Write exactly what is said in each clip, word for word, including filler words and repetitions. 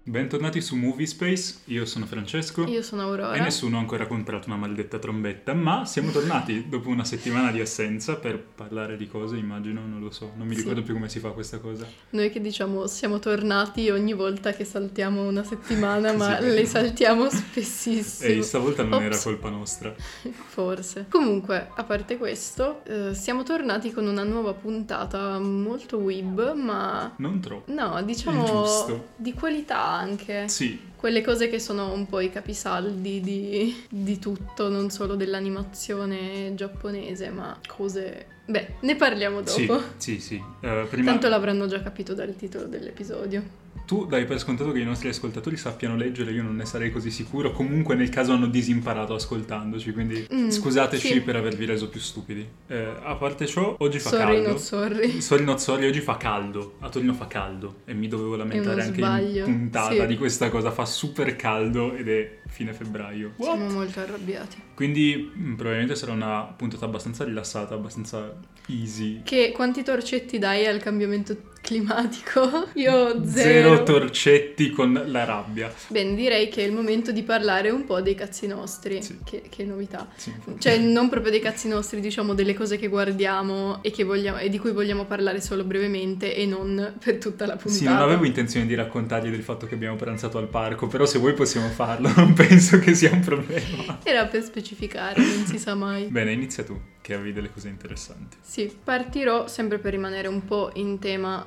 Bentornati su Movie Space, io sono Francesco. Io sono Aurora. E nessuno ha ancora comprato una maledetta trombetta, ma siamo tornati dopo una settimana di assenza per parlare di cose, immagino, non lo so, non mi ricordo Sì. più come si fa questa cosa. Noi che diciamo siamo tornati ogni volta che saltiamo una settimana, ma Sì. le saltiamo spessissimo. E stavolta non Ops. era colpa nostra. Forse. Comunque, a parte questo, eh, siamo tornati con una nuova puntata molto weeb, ma... Non troppo. No, Il diciamo giusto. di qualità anche. Sì. Quelle cose che sono un po' i capisaldi di, di tutto, non solo dell'animazione giapponese, ma cose... Beh, ne parliamo dopo. Sì, sì, sì. Uh, prima... Tanto l'avranno già capito dal titolo dell'episodio. Tu dai per scontato che i nostri ascoltatori sappiano leggere, io non ne sarei così sicuro. Comunque nel caso hanno disimparato ascoltandoci, quindi Mm, scusateci sì. per avervi reso più stupidi. Eh, a parte ciò, oggi fa Sorry, caldo. not sorry. Sorry not sorry, oggi fa caldo. A Torino fa caldo e mi dovevo lamentare uno anche sbaglio, in puntata sì. di questa cosa. Fa super caldo ed è fine febbraio. Siamo molto arrabbiati. Quindi mh, probabilmente sarà una puntata abbastanza rilassata, abbastanza easy. Che quanti torcetti dai al cambiamento climatico? Io zero. Zero torcetti con la rabbia. Bene, direi che è il momento di parlare un po' dei cazzi nostri. Sì. Che, che novità. Sì. Cioè, non proprio dei cazzi nostri, diciamo delle cose che guardiamo e, che vogliamo, e di cui vogliamo parlare solo brevemente e non per tutta la puntata. Sì, non avevo intenzione di raccontargli del fatto che abbiamo pranzato al parco, però se vuoi possiamo farlo, non penso che sia un problema. Era per specificare, non si sa mai. Bene, inizia tu, che avevi delle cose interessanti. Sì, partirò sempre per rimanere un po' in tema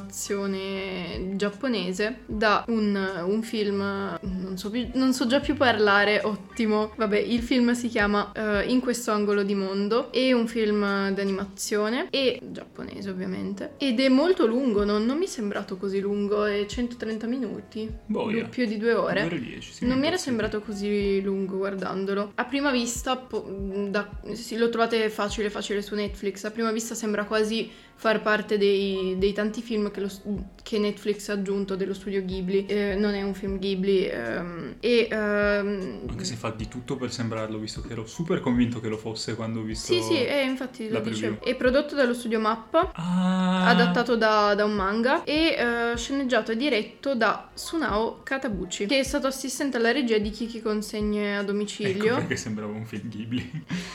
animazione giapponese da un, un film, non so, più- non so già più parlare, ottimo. Vabbè, il film si chiama eh, In questo angolo di mondo, è un film d'animazione e giapponese ovviamente ed è molto lungo, non, non mi è sembrato così lungo, è centotrenta minuti, Boia. du- più di due ore. due ore dieci, sì, Non mi era impazzito. sembrato così lungo guardandolo. A prima vista, po- da- sì, lo trovate facile facile su Netflix. A prima vista sembra quasi far parte dei, dei tanti film che, lo, che Netflix ha aggiunto dello studio Ghibli. Eh, non è un film Ghibli. ehm, e ehm, Anche se fa di tutto per sembrarlo, visto che ero super convinto che lo fosse quando ho visto... sì, sì, eh, infatti la lo dicevo. preview. È prodotto dallo studio Mappa. Ah, Adattato da, da un manga e eh, sceneggiato e diretto da Sunao Katabuchi, che è stato assistente alla regia di Chi chi consegne a domicilio. Ecco perché sembrava un film Ghibli.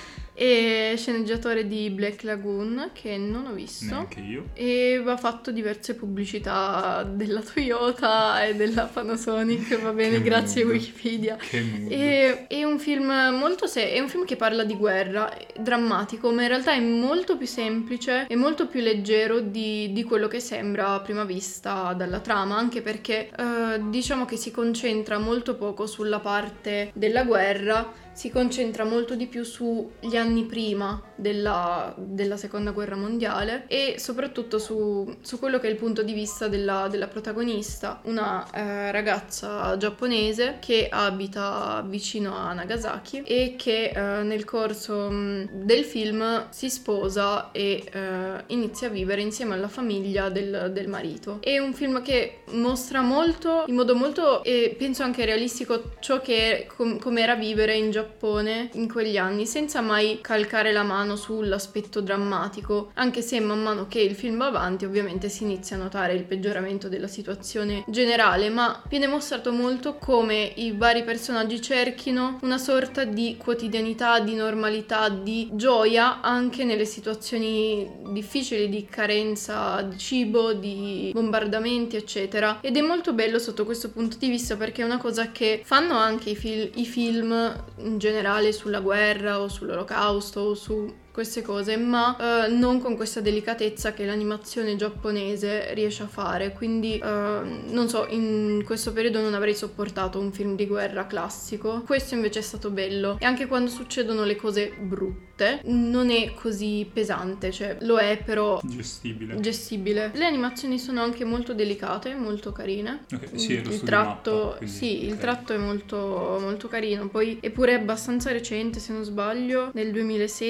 E sceneggiatore di Black Lagoon, che non ho visto. Neanche io. E ha fatto diverse pubblicità della Toyota e della Panasonic, va bene, Che grazie mood. Wikipedia. Che mood. E, è un film molto serio, è un film che parla di guerra, è drammatico, ma in realtà è molto più semplice e molto più leggero di, di quello che sembra a prima vista dalla trama, anche perché eh, diciamo che si concentra molto poco sulla parte della guerra, si concentra molto di più sugli anni prima della, della seconda guerra mondiale e soprattutto su, su quello che è il punto di vista della, della protagonista, una eh, ragazza giapponese che abita vicino a Nagasaki e che eh, nel corso mh, del film si sposa e eh, inizia a vivere insieme alla famiglia del, del marito. È un film che mostra molto, in modo molto, e penso anche realistico, ciò che com- com'era vivere in Giappone in quegli anni, senza mai calcare la mano sull'aspetto drammatico, anche se man mano che il film va avanti ovviamente si inizia a notare il peggioramento della situazione generale, ma viene mostrato molto come i vari personaggi cerchino una sorta di quotidianità, di normalità, di gioia anche nelle situazioni difficili di carenza di cibo, di bombardamenti eccetera, ed è molto bello sotto questo punto di vista perché è una cosa che fanno anche i, fil- i film in generale sulla guerra o sull'olocausto o su queste cose, ma eh, non con questa delicatezza che l'animazione giapponese riesce a fare, quindi eh, non so, in questo periodo non avrei sopportato un film di guerra classico. Questo invece è stato bello e anche quando succedono le cose brutte non è così pesante, cioè lo è però Gestibile. gestibile. Le animazioni sono anche molto delicate, molto carine. Ok, sì, è lo il studio tratto, Mappa, quindi, sì, il ok. tratto è molto, molto carino. Poi è pure abbastanza recente, se non sbaglio, nel duemilasedici. Io l'ho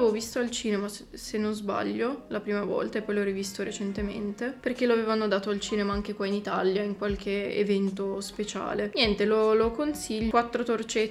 l'avevo visto al cinema, se, se non sbaglio, la prima volta, e poi l'ho rivisto recentemente, perché lo avevano dato al cinema anche qua in Italia, in qualche evento speciale. Niente, lo, lo consiglio. Quattro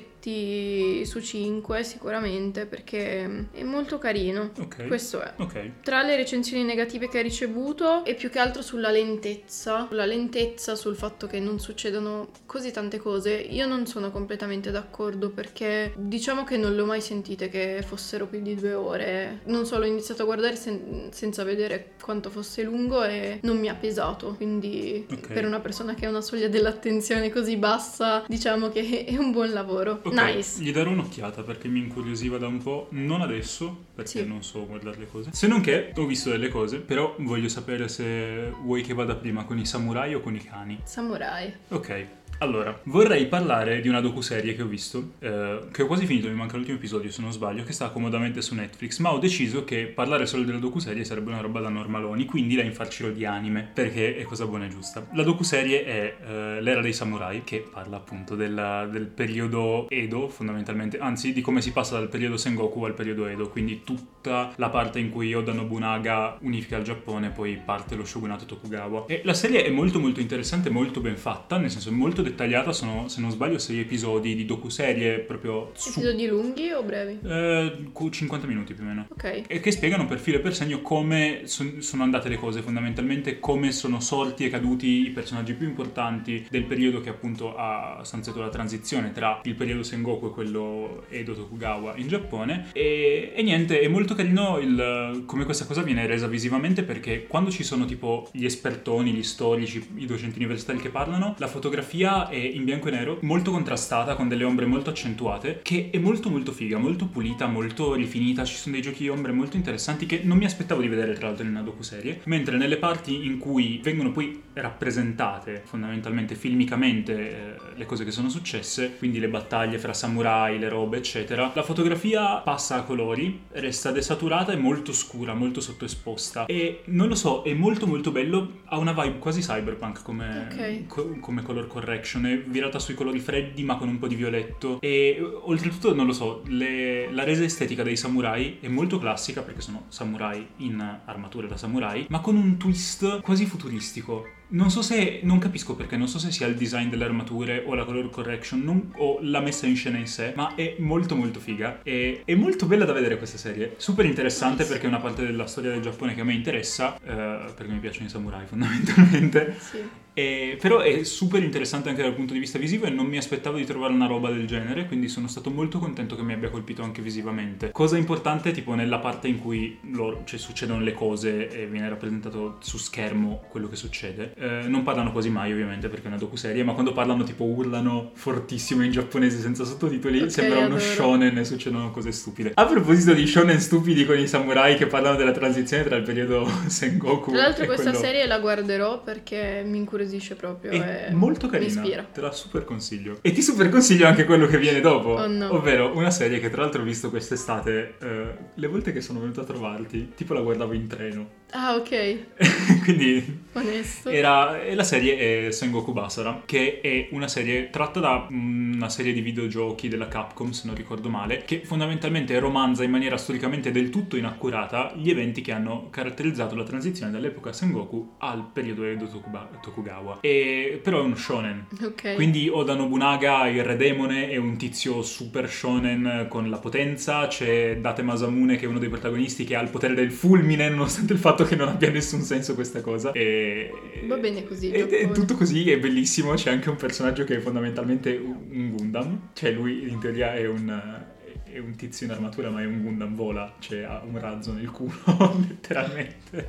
torcetti su cinque sicuramente, perché è molto carino. Ok. Questo è. Ok. Tra le recensioni negative che ha ricevuto, e più che altro sulla lentezza, sulla lentezza, sul fatto che non succedano così tante cose, io non sono completamente d'accordo, perché diciamo che non le ho mai sentite che fossero più di due ore. Non so, l'ho iniziato a guardare sen- senza vedere quanto fosse lungo e non mi ha pesato, quindi Ok. per una persona che ha una soglia dell'attenzione così bassa, diciamo che è un buon lavoro. Ok, Nice. gli darò un'occhiata perché mi incuriosiva da un po', non adesso, perché Sì. non so guardare le cose. Se non che ho visto delle cose, però voglio sapere se vuoi che vada prima con i samurai o con i cani. Samurai. Ok. Allora, vorrei parlare di una docuserie che ho visto, eh, che ho quasi finito, mi manca l'ultimo episodio se non sbaglio, che sta comodamente su Netflix, ma ho deciso che parlare solo della docuserie sarebbe una roba da normaloni, quindi la infarcirò di anime, perché è cosa buona e giusta. La docuserie è eh, L'era dei samurai, che parla appunto della, del periodo Edo, fondamentalmente, anzi di come si passa dal periodo Sengoku al periodo Edo, quindi tutta la parte in cui Oda Nobunaga unifica il Giappone, poi parte lo shogunato Tokugawa. E la serie è molto molto interessante, molto ben fatta, nel senso è molto dettagliata, sono, se non sbaglio, sei episodi di docuserie proprio su, Episodi lunghi o brevi? eh, cinquanta minuti più o meno, Ok. e che spiegano per filo e per segno come son- sono andate le cose, fondamentalmente come sono sorti e caduti i personaggi più importanti del periodo che appunto ha stanziato la transizione tra il periodo Sengoku e quello Edo Tokugawa in Giappone. E, e niente, è molto carino il, come questa cosa viene resa visivamente, perché quando ci sono tipo gli espertoni, gli storici, i docenti universitari che parlano, la fotografia è in bianco e nero, molto contrastata, con delle ombre molto accentuate, che è molto molto figa, molto pulita, molto rifinita. Ci sono dei giochi di ombre molto interessanti che non mi aspettavo di vedere tra l'altro in una docuserie, mentre nelle parti in cui vengono poi rappresentate fondamentalmente filmicamente eh, le cose che sono successe, quindi le battaglie fra samurai, le robe eccetera, la fotografia passa a colori, resta desaturata e molto scura, molto sottoesposta, e non lo so, è molto molto bello, ha una vibe quasi cyberpunk come, Ok. co- come color correction, è virata sui colori freddi ma con un po' di violetto, e oltretutto non lo so, le- la resa estetica dei samurai è molto classica perché sono samurai in armature da samurai, ma con un twist quasi futuristico. Non so se, non capisco perché, non so se sia il design delle armature o la color correction non- o la messa in scena in sé, ma è molto molto figa e è molto bella da vedere questa serie, super interessante perché è una parte della storia del Giappone che a me interessa, eh, perché mi piacciono i samurai fondamentalmente. Sì. E, però è super interessante anche dal punto di vista visivo e non mi aspettavo di trovare una roba del genere, quindi sono stato molto contento che mi abbia colpito anche visivamente. Cosa importante, tipo nella parte in cui loro, cioè, succedono le cose e viene rappresentato su schermo quello che succede, eh, non parlano quasi mai ovviamente perché è una docuserie, ma quando parlano tipo urlano fortissimo in giapponese senza sottotitoli, Ok, sembra uno adoro. shonen e succedono cose stupide. A proposito di shonen stupidi con i samurai che parlano della transizione tra il periodo Sengoku Tra l'altro e questa quello... serie la guarderò perché mi incuriosisce proprio È e molto mi carina, ispira. te la super consiglio. E ti super consiglio anche quello che viene dopo, Oh no. ovvero una serie che tra l'altro ho visto quest'estate, eh, le volte che sono venuto a trovarti, tipo la guardavo in treno. Ah, ok, Quindi onesto. era, e la serie è Sengoku Basara, che è una serie tratta da una serie di videogiochi della Capcom, se non ricordo male, che fondamentalmente romanza in maniera storicamente del tutto inaccurata gli eventi che hanno caratterizzato la transizione dall'epoca Sengoku al periodo Edo Tokuba- Tokugawa. E, però è uno shonen. Ok. Quindi Oda Nobunaga, il re demone, è un tizio super shonen con la potenza. C'è Date Masamune, che è uno dei protagonisti, che ha il potere del fulmine, nonostante il fatto che non abbia nessun senso questa cosa. E... Va bene così, Ed è Giappone. tutto così, è bellissimo. C'è anche un personaggio che è fondamentalmente un Gundam. Cioè lui in teoria è un... è un tizio in armatura, ma è un Gundam, vola, cioè ha un razzo nel culo, letteralmente.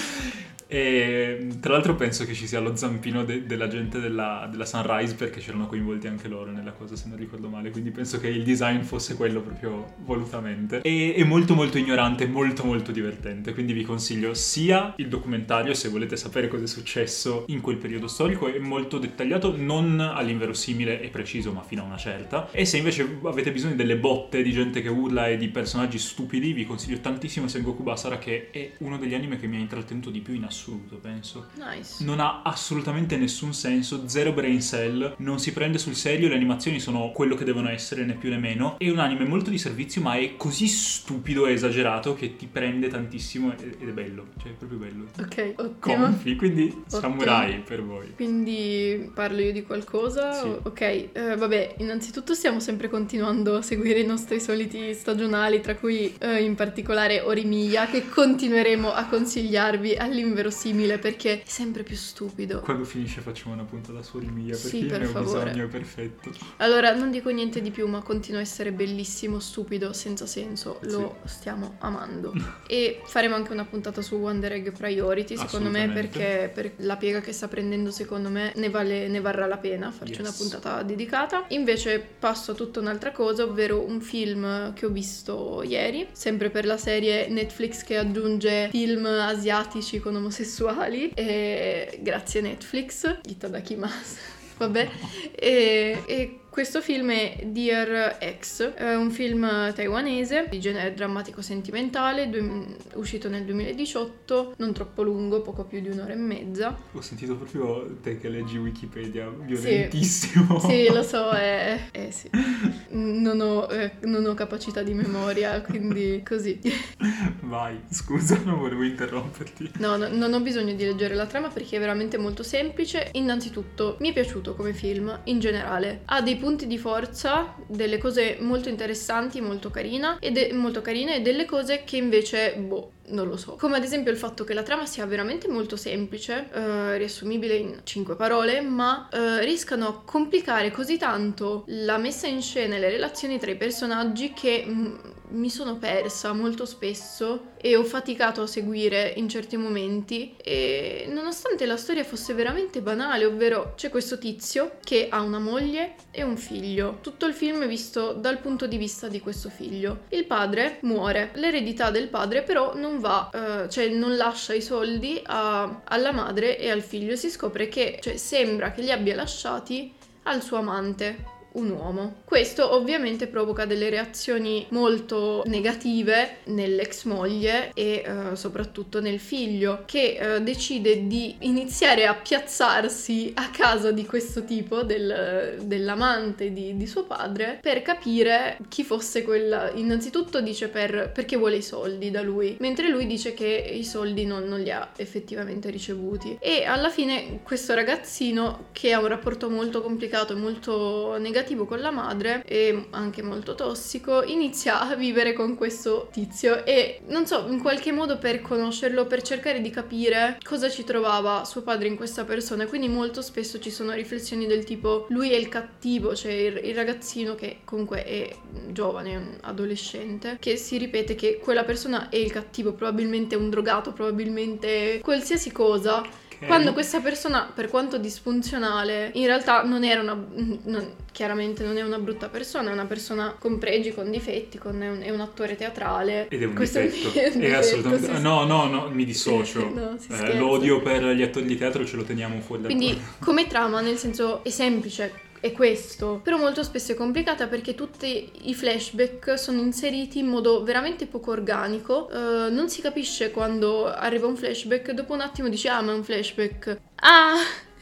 E tra l'altro penso che ci sia lo zampino de- della gente della, della Sunrise, perché c'erano coinvolti anche loro nella cosa, se non ricordo male, quindi penso che il design fosse quello proprio volutamente. E è molto molto ignorante, molto molto divertente, quindi vi consiglio sia il documentario, se volete sapere cosa è successo in quel periodo storico, è molto dettagliato, non all'inverosimile e preciso, ma fino a una certa, e se invece avete bisogno delle botte di gente che urla e di personaggi stupidi, vi consiglio tantissimo Sengoku Basara, che è uno degli anime che mi ha intrattenuto di più in assoluto assoluto, penso. Nice. Non ha assolutamente nessun senso, zero brain cell, non si prende sul serio, le animazioni sono quello che devono essere, né più né meno. È un anime molto di servizio, ma è così stupido e esagerato che ti prende tantissimo ed è bello, cioè è proprio bello. Ok, ottimo. Confi, quindi Ottimo. samurai per voi. Quindi parlo io di qualcosa? Sì. Ok, eh, vabbè, innanzitutto stiamo sempre continuando a seguire i nostri soliti stagionali, tra cui eh, in particolare Orimiya, che continueremo a consigliarvi all'inverosimile perché è sempre più stupido. Quando finisce facciamo una puntata su Orimiya, perché Sì, io per ne ho favore. bisogno, è perfetto. Allora, non dico niente di più, ma continua a essere bellissimo, stupido, senza senso, lo Sì. stiamo amando. E faremo anche una puntata su Wonder Egg Priority, secondo me, Assolutamente. perché per la piega che sta prendendo, secondo me, ne, vale, ne varrà la pena farci Yes. una puntata dedicata. Invece passo a tutta un'altra cosa, ovvero un film che ho visto ieri, sempre per la serie Netflix che aggiunge film asiatici con omosessuali. E grazie Netflix, itadakimasu. Vabbè, e, e questo film è Dear Ex, è un film taiwanese di genere drammatico sentimentale, du- uscito nel duemiladiciotto, non troppo lungo, poco più di un'ora e mezza. Ho sentito proprio te che leggi Wikipedia, violentissimo. Sì, lo so, è... eh sì, non ho, eh, non ho capacità di memoria, quindi così. Vai, scusa, non volevo interromperti. No, no, non ho bisogno di leggere la trama perché è veramente molto semplice. Innanzitutto, mi è piaciuto come film, in generale. Ha dei punti di forza, delle cose molto interessanti, molto carina, e de- molto carine, e delle cose che invece, boh, non lo so. Come ad esempio il fatto che la trama sia veramente molto semplice, eh, riassumibile in cinque parole, ma eh, riescano a complicare così tanto la messa in scena e le relazioni tra i personaggi che mh, mi sono persa molto spesso e ho faticato a seguire in certi momenti, e nonostante la storia fosse veramente banale, ovvero c'è questo tizio che ha una moglie e un figlio. Tutto il film è visto dal punto di vista di questo figlio. Il padre muore, l'eredità del padre però non va, eh, cioè non lascia i soldi a- alla madre e al figlio. Si scopre che, cioè sembra che li abbia lasciati al suo amante, un uomo. Questo ovviamente provoca delle reazioni molto negative nell'ex moglie e eh, soprattutto nel figlio, che eh, decide di iniziare a piazzarsi a casa di questo tipo, del, dell'amante di, di suo padre, per capire chi fosse quella. Innanzitutto dice per, perché vuole i soldi da lui, mentre lui dice che i soldi non, non li ha effettivamente ricevuti. E alla fine questo ragazzino, che ha un rapporto molto complicato e molto negativo con la madre e anche molto tossico, inizia a vivere con questo tizio e non so, in qualche modo per conoscerlo, per cercare di capire cosa ci trovava suo padre in questa persona. Quindi molto spesso ci sono riflessioni del tipo: lui è il cattivo, cioè il, il ragazzino che comunque è giovane, un adolescente, che si ripete che quella persona è il cattivo, probabilmente un drogato, probabilmente qualsiasi cosa. Okay. Quando questa persona, per quanto disfunzionale, in realtà non era una... Non, chiaramente non è una brutta persona, è una persona con pregi, con difetti, con, è, un, è un attore teatrale. Ed è un Questo difetto. È un È difetto, assolutamente... sì, sì. No, no, no, mi dissocio. No, si Eh, scherza. l'odio per gli attori di teatro ce lo teniamo fuori da Quindi qua. come trama, nel senso, è semplice, è questo, però molto spesso è complicata perché tutti i flashback sono inseriti in modo veramente poco organico. Uh, non si capisce quando arriva un flashback, dopo un attimo dici: ah, ma è un flashback. Ah!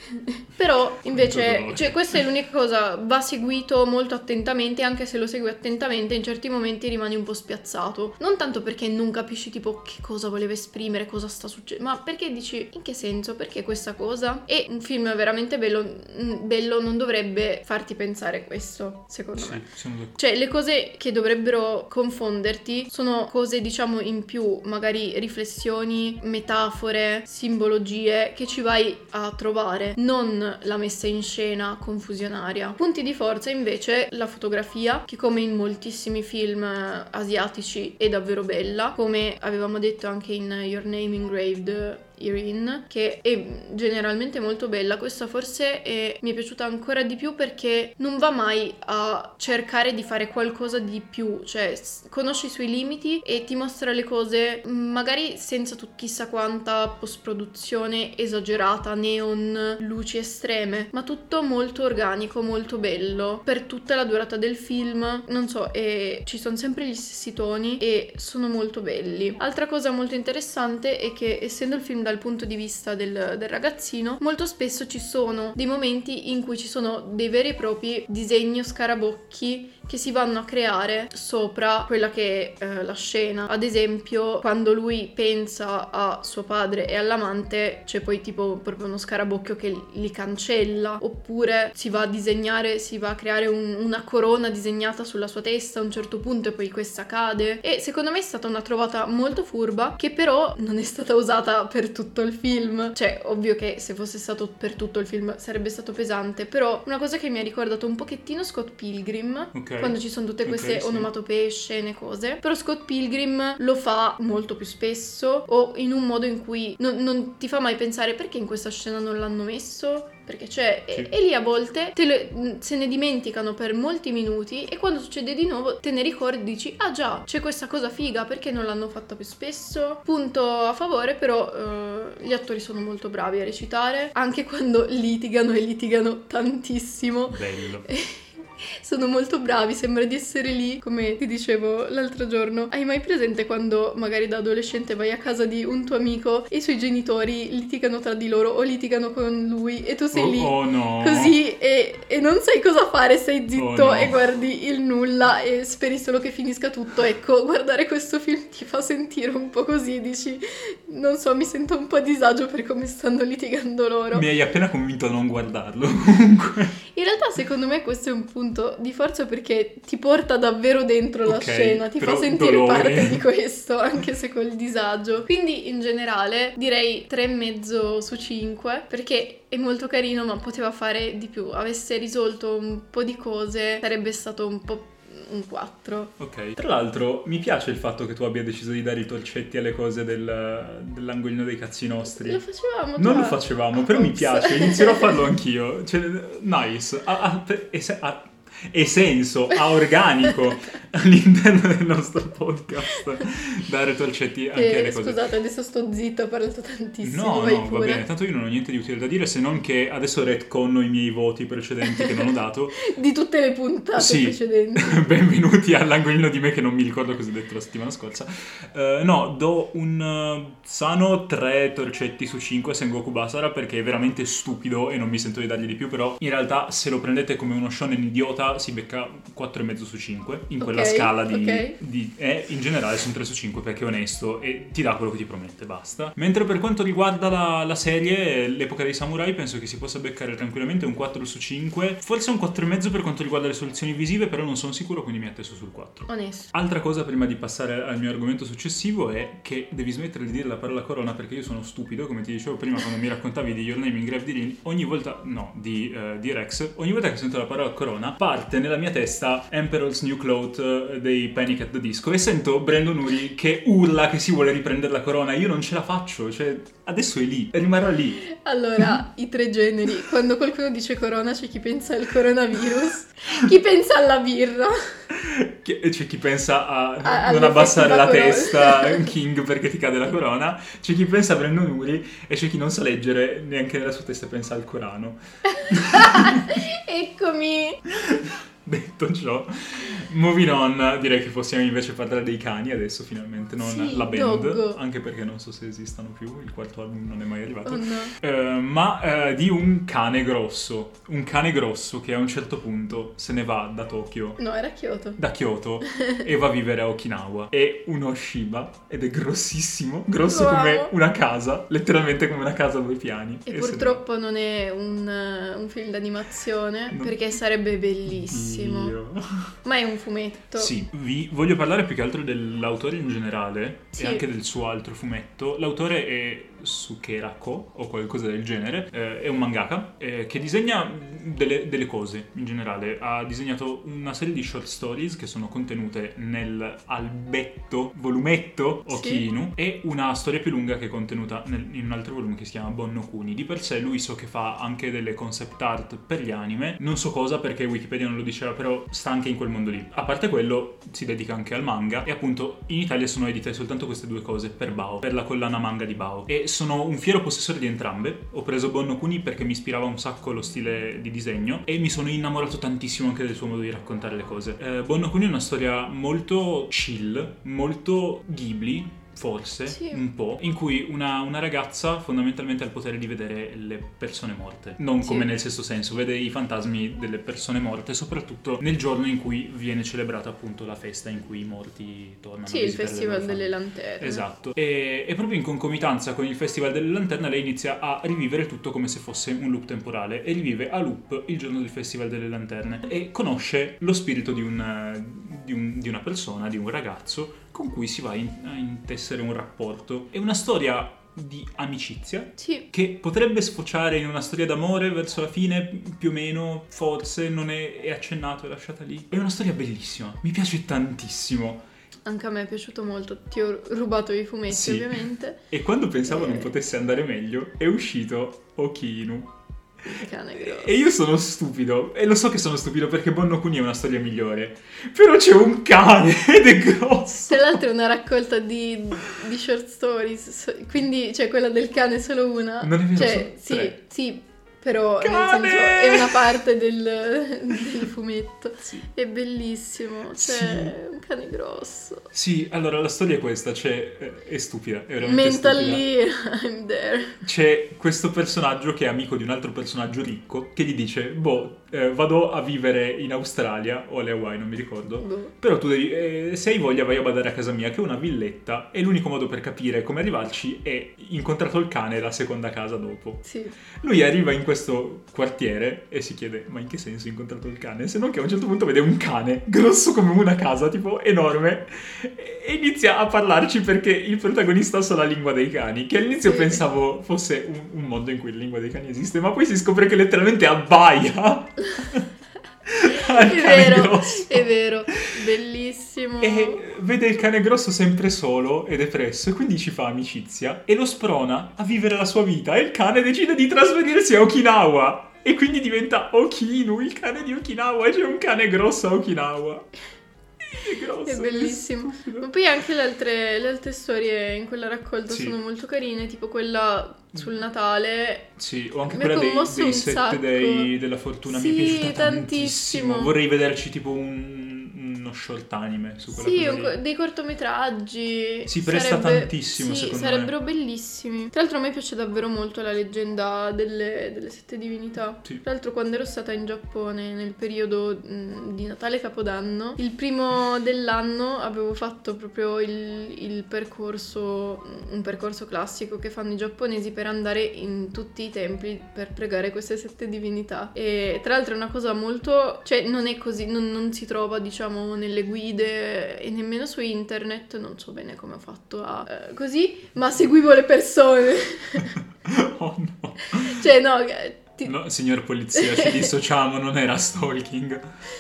Però invece, cioè, questa è l'unica cosa, va seguito molto attentamente, anche se lo segui attentamente in certi momenti rimani un po' spiazzato, non tanto perché non capisci tipo che cosa voleva esprimere, cosa sta succedendo, ma perché dici: in che senso, perché questa cosa? E un film veramente bello, bello non dovrebbe farti pensare questo, secondo Sì, me. sono d'accordo. Cioè, le cose che dovrebbero confonderti sono cose, diciamo, in più, magari riflessioni, metafore, simbologie che ci vai a trovare, non la messa in scena confusionaria. Punti di forza invece la fotografia, che come in moltissimi film asiatici è davvero bella, come avevamo detto anche in Your Name Engraved Irene, che è generalmente molto bella. Questa forse è, mi è piaciuta ancora di più perché non va mai a cercare di fare qualcosa di più, cioè conosce i suoi limiti e ti mostra le cose magari senza tu chissà quanta post-produzione esagerata, neon, luci estreme, ma tutto molto organico, molto bello per tutta la durata del film. Non so, e ci sono sempre gli stessi toni e sono molto belli. Altra cosa molto interessante è che, essendo il film dal punto di vista del, del ragazzino, molto spesso ci sono dei momenti in cui ci sono dei veri e propri disegni o scarabocchi che si vanno a creare sopra quella che è eh, la scena. Ad esempio, quando lui pensa a suo padre e all'amante, c'è poi tipo proprio uno scarabocchio che li cancella, oppure si va a disegnare, si va a creare un, una corona disegnata sulla sua testa a un certo punto e poi questa cade. E secondo me è stata una trovata molto furba, che però non è stata usata per tutto il film. Cioè, ovvio che se fosse stato per tutto il film sarebbe stato pesante, però una cosa che mi ha ricordato un pochettino Scott Pilgrim, okay. quando ci sono tutte queste okay, onomatopee, sì. scene, cose. Però Scott Pilgrim lo fa molto più spesso, o in un modo in cui non, non ti fa mai pensare perché in questa scena non l'hanno messo, perché c'è, sì. e, e lì a volte te le, se ne dimenticano per molti minuti, e quando succede di nuovo te ne ricordi e dici ah già, c'è questa cosa figa, perché non l'hanno fatta più spesso. Punto a favore, però eh, gli attori sono molto bravi a recitare, anche quando litigano, e litigano tantissimo. Bello. Sono molto bravi, sembra di essere lì, come ti dicevo l'altro giorno. Hai mai presente quando magari da adolescente vai a casa di un tuo amico e i suoi genitori litigano tra di loro o litigano con lui e tu sei oh, lì oh no. così e, e non sai cosa fare, sei zitto oh no. e guardi il nulla e speri solo che finisca tutto. Ecco, guardare questo film ti fa sentire un po' così, dici non so, mi sento un po' a disagio per come stanno litigando loro. Mi hai appena convinto a non guardarlo comunque. In realtà secondo me questo è un punto di forza, perché ti porta davvero dentro la okay, scena, ti fa sentire dolore. parte di questo, anche se col disagio. Quindi in generale direi tre e mezzo su cinque, perché è molto carino, ma poteva fare di più. Avesse risolto un po' di cose sarebbe stato un po' un quattro. Ok. Tra l'altro mi piace il fatto che tu abbia deciso di dare i torcetti alle cose del, dell'angolino dei cazzi nostri. Lo facevamo già. Non lo facevamo, però mi piace, inizierò a farlo anch'io. Cioè, nice. Ha, ha, ha, e senso, ha organico all'interno del nostro podcast dare torcetti anche eh, alle cose. Scusate, adesso sto zitto, ho parlato tantissimo. No, vai no, pure. va bene, tanto io non ho niente di utile da dire, se non che adesso retconno i miei voti precedenti che non ho dato. Di tutte le puntate sì. precedenti. Benvenuti all'angolino di me che non mi ricordo cosa ho detto la settimana scorsa. Uh, no, do un uh, sano tre torcetti su cinque a Sengoku Basara, perché è veramente stupido e non mi sento di dargli di più, però in realtà se lo prendete come uno shonen idiota si becca quattro e mezzo su cinque in quella okay, scala di, okay. di eh, in generale sono tre su cinque perché è onesto e ti dà quello che ti promette, basta. Mentre per quanto riguarda la, la serie, l'epoca dei samurai, penso che si possa beccare tranquillamente un quattro su cinque, forse un quattro e mezzo per quanto riguarda le soluzioni visive, però non sono sicuro, quindi mi atteso sul quattro. Onesto. Altra cosa prima di passare al mio argomento successivo è che devi smettere di dire la parola corona, perché io sono stupido, come ti dicevo prima quando mi raccontavi di Your Name Engraved in Ink, ogni volta, no, di, uh, di Rex, ogni volta che sento la parola corona parte nella mia testa Emperor's New Cloth dei Panic at the Disco e sento Brandon Urie che urla che si vuole riprendere la corona. Io non ce la faccio, cioè adesso è lì, rimarrà lì. Allora, i tre generi, quando qualcuno dice corona c'è chi pensa al coronavirus, chi pensa alla birra, c'è chi pensa a, a non abbassare la corona. testa King perché ti cade la corona, c'è chi pensa a Brandon Urie e c'è chi non sa leggere neanche nella sua testa e pensa al Corano. Eccomi. Detto ciò, moving on, direi che possiamo invece parlare dei cani adesso finalmente, non sì, la band, Doggo. Anche perché non so se esistano più, il quarto album non è mai arrivato, oh, no. uh, ma uh, di un cane grosso, un cane grosso che a un certo punto se ne va da Tokyo, no era Kyoto, da Kyoto e va a vivere a Okinawa. È uno Shiba ed è grossissimo, grosso wow. come una casa, letteralmente come una casa a due piani. E, e purtroppo non è un, un film d'animazione, no. Perché sarebbe bellissimo. Io. Ma è un fumetto. Sì, vi voglio parlare più che altro dell'autore in generale, sì. E anche del suo altro fumetto. L'autore è Sukerako o qualcosa del genere, eh, è un mangaka eh, che disegna delle, delle cose in generale. Ha disegnato una serie di short stories che sono contenute nel albetto, volumetto Okinu, sì. E una storia più lunga che è contenuta nel, in un altro volume che si chiama Bon no Kuni. Di per sé lui so che fa anche delle concept art per gli anime, non so cosa perché Wikipedia non lo diceva, però sta anche in quel mondo lì. A parte quello si dedica anche al manga e appunto in Italia sono edite soltanto queste due cose per Bao, per la collana manga di Bao, e sono un fiero possessore di entrambe. Ho preso Bon no Kuni perché mi ispirava un sacco lo stile di disegno e mi sono innamorato tantissimo anche del suo modo di raccontare le cose. eh, Bon no Kuni è una storia molto chill, molto Ghibli, forse, sì. un po', in cui una, una ragazza fondamentalmente ha il potere di vedere le persone morte. Non sì. come nel sesto senso, vede i fantasmi delle persone morte, soprattutto nel giorno in cui viene celebrata appunto la festa in cui i morti tornano. Sì, a il visitare Festival le delle Lanterne. Esatto. E, e proprio in concomitanza con il Festival delle Lanterne lei inizia a rivivere tutto come se fosse un loop temporale e rivive a loop il giorno del Festival delle Lanterne e conosce lo spirito di, un, di, un, di una persona, di un ragazzo con cui si va a, in, a intessere un rapporto. È una storia di amicizia, sì. che potrebbe sfociare in una storia d'amore verso la fine, più o meno, forse non è, è accennato, è lasciata lì. È una storia bellissima, mi piace tantissimo. Anche a me è piaciuto molto, ti ho rubato i fumetti Sì. ovviamente. E quando pensavo e... non potesse andare meglio, è uscito Okinu. Il cane grosso. E io sono stupido, e lo so che sono stupido perché Bonno Kuni è una storia migliore, però c'è un cane ed è grosso. Tra l'altro è una raccolta di, di short stories, quindi c'è quella del cane solo una. Non è vero, cioè, sono sì, tre. sì, però Cane! nel senso è una parte del, del fumetto. Sì. È bellissimo, c'è Sì. un cane grosso. Sì, allora la storia è questa, c'è, è stupida, è veramente Mentally stupida. I'm there. C'è questo personaggio che è amico di un altro personaggio ricco che gli dice, boh, eh, vado a vivere in Australia o alle Hawaii, non mi ricordo, Boh. però tu devi, eh, se hai voglia vai a badare a casa mia che è una villetta e l'unico modo per capire come arrivarci è incontrato il cane la seconda casa dopo. Sì. Lui arriva in questo quartiere e si chiede, ma in che senso ho incontrato il cane? Se non che a un certo punto vede un cane grosso come una casa, tipo enorme, e inizia a parlarci perché il protagonista sa la lingua dei cani, che all'inizio Sì. pensavo fosse un, un mondo in cui la lingua dei cani esiste, ma poi si scopre che letteralmente abbaia. Al È cane vero, grosso. è vero, bellissimo. E vede il cane grosso sempre solo e depresso e quindi ci fa amicizia e lo sprona a vivere la sua vita e il cane decide di trasferirsi a Okinawa e quindi diventa Okinu, il cane di Okinawa, e c'è un cane grosso a Okinawa. È grosso, È bellissimo. è stupido. Ma poi anche le altre, le altre storie in quella raccolta Sì. sono molto carine, tipo quella sul Natale. Sì, o anche Mi ha quella dei, commosso dei un sette sacco. dei della fortuna, mi Sì, è piaciuta tantissimo. tantissimo. Vorrei vederci tipo un, uno short anime su quella Sì, cosa un lì. co- dei cortometraggi. Si presta Sarebbe- tantissimo, sì, secondo sarebbero me. bellissimi. Tra l'altro a me piace davvero molto la leggenda delle, delle sette divinità. Sì. Tra l'altro quando ero stata in Giappone nel periodo mh, di Natale e Capodanno, il primo dell'anno avevo fatto proprio il, il percorso, un percorso classico che fanno i giapponesi per andare in tutti i templi per pregare queste sette divinità. E tra l'altro è una cosa molto, cioè non è così, non, non si trova diciamo nelle guide e nemmeno su internet, non so bene come ho fatto a eh, così, ma seguivo le persone. Oh no. Cioè no, eh, ti- No, signor polizia, ci dissociamo, non era stalking.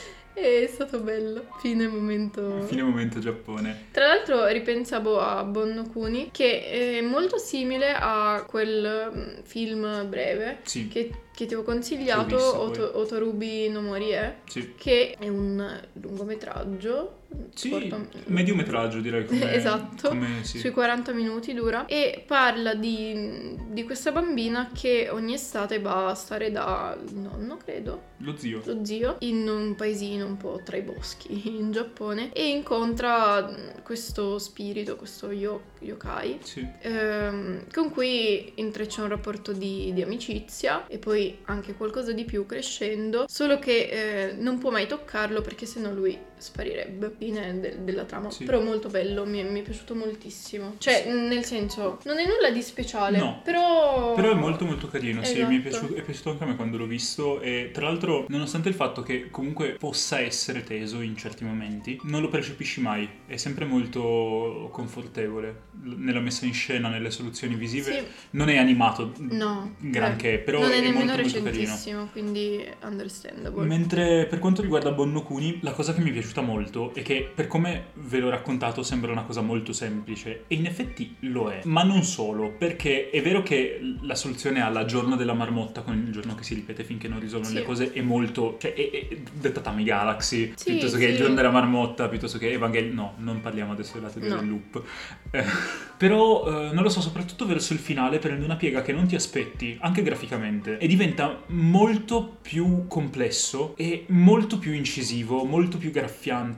è stato bello. Fine momento. Fine momento Giappone. Tra l'altro ripensavo a Bonno Kuni, che è molto simile a quel mm, film breve Sì, che, che ti ho consigliato, Che ho visto, Oto- poi. Otorubi no Morie, sì. che è un lungometraggio. Sì, corto- mediometraggio direi come, Esatto. come sì. Sui quaranta minuti dura e parla di, di questa bambina che ogni estate va a stare da nonno, credo, Lo zio. lo zio, in un paesino un po' tra i boschi in Giappone e incontra questo spirito, questo yo- yokai, Sì. ehm, con cui intreccia un rapporto di, di amicizia e poi anche qualcosa di più crescendo, solo che eh, non può mai toccarlo perché sennò lui sparirebbe. Fine del- della trama. Sì. Però molto bello, mi è, mi è piaciuto moltissimo. Cioè, nel senso, non è nulla di speciale, No. però... Però è molto molto carino, sì, mi è Esatto. piaciuto, è piaciuto anche a me quando l'ho visto e tra l'altro nonostante il fatto che comunque possa essere teso in certi momenti, non lo percepisci mai, è sempre molto confortevole L- nella messa in scena, nelle soluzioni visive, Sì. non è animato No. granché, eh, però non è, è nemmeno molto molto carino. recentissimo, quindi understandable. Mentre per quanto riguarda Bonno Kuni, la cosa che mi è piaciuta molto è che per come ve l'ho raccontato sembra una cosa molto semplice e in effetti lo è, ma non solo, perché è vero che la soluzione alla giorno della marmotta con il giorno che si ripete finché non risolvono Sì. le cose è molto, cioè è, è detta Tami Galaxy, Sì, piuttosto che sì. il giorno della marmotta, piuttosto che Evangelion, no, non parliamo adesso della teoria No. del loop. Eh, però eh, non lo so, soprattutto verso il finale prende una piega che non ti aspetti, anche graficamente, e diventa molto più complesso e molto più incisivo, molto più graffiante, molto più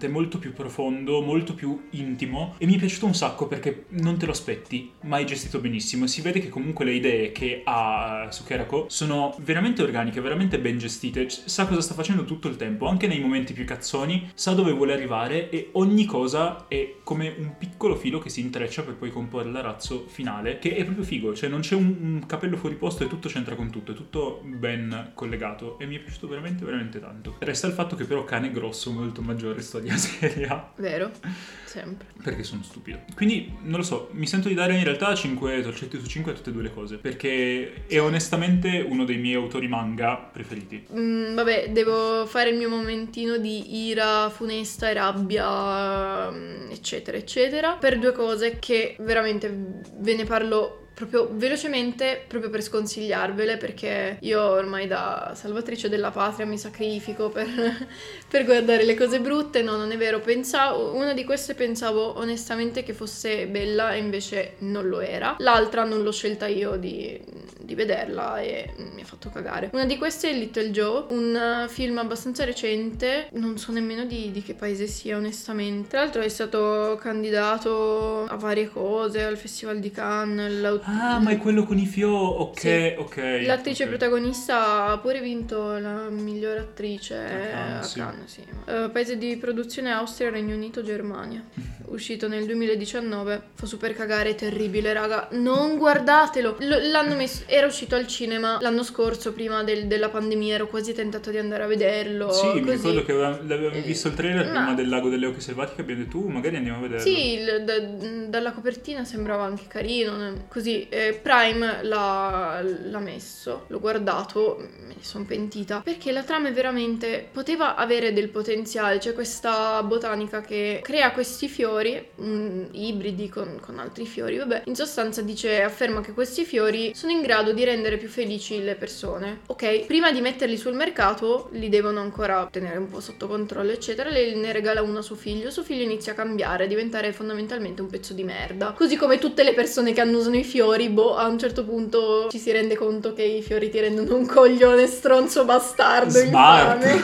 più profondo, molto più intimo, e mi è piaciuto un sacco perché non te lo aspetti, ma è gestito benissimo. Si vede che comunque le idee che ha Sukerako sono veramente organiche, veramente ben gestite, sa cosa sta facendo tutto il tempo, anche nei momenti più cazzoni, sa dove vuole arrivare e ogni cosa è come un piccolo filo che si intreccia per poi comporre l'arazzo finale, che è proprio figo, cioè non c'è un, un capello fuori posto e tutto c'entra con tutto, è tutto ben collegato e mi è piaciuto veramente veramente tanto. Resta il fatto che però cane grosso molto maggiore storia seria. Vero, sempre. Perché sono stupido. Quindi, non lo so, mi sento di dare in realtà cinque torcetti su cinque a tutte e due le cose, perché è onestamente uno dei miei autori manga preferiti. Mm, vabbè, devo fare il mio momentino di ira funesta e rabbia, eccetera, eccetera, per due cose che veramente ve ne parlo proprio velocemente, proprio per sconsigliarvele, perché io ormai da salvatrice della patria mi sacrifico per, per guardare le cose brutte. No, non è vero, pensavo, una di queste pensavo onestamente che fosse bella e invece non lo era, l'altra non l'ho scelta io di, di vederla e mi ha fatto cagare. Una di queste è Little Joe, un film abbastanza recente, non so nemmeno di, di che paese sia onestamente, tra l'altro è stato candidato a varie cose, al Festival di Cannes. Ah, ma è quello con i fio, ok, sì. ok. L'attrice okay. protagonista ha pure vinto la migliore attrice a a Cannes, Cannes, sì. Uh, paese di produzione Austria, Regno Unito, Germania. Uscito nel duemiladiciannove. Fa super cagare, è terribile, raga. Non guardatelo. L- l'hanno messo, era uscito al cinema l'anno scorso, prima del, della pandemia. Ero quasi tentata di andare a vederlo. Sì, così. mi ricordo che avevamo visto il trailer Ma... prima del Lago delle Oche Selvatiche. Abbiamo detto, uh, magari andiamo a vederlo. Sì, il, da, dalla copertina sembrava anche carino. Così. Eh, Prime l'ha, l'ha messo, l'ho guardato, me ne sono pentita, perché la trama è veramente, poteva avere del potenziale. C'è questa botanica che crea questi fiori, mh, ibridi con, con altri fiori, vabbè, in sostanza dice, afferma che questi fiori sono in grado di rendere più felici le persone. Ok, prima di metterli sul mercato li devono ancora tenere un po' sotto controllo, eccetera. Lei ne regala uno a suo figlio, suo figlio inizia a cambiare, a diventare fondamentalmente un pezzo di merda, così come tutte le persone che annusano i fiori. Boh, a un certo punto ci si rende conto che i fiori ti rendono un coglione stronzo bastardo infame.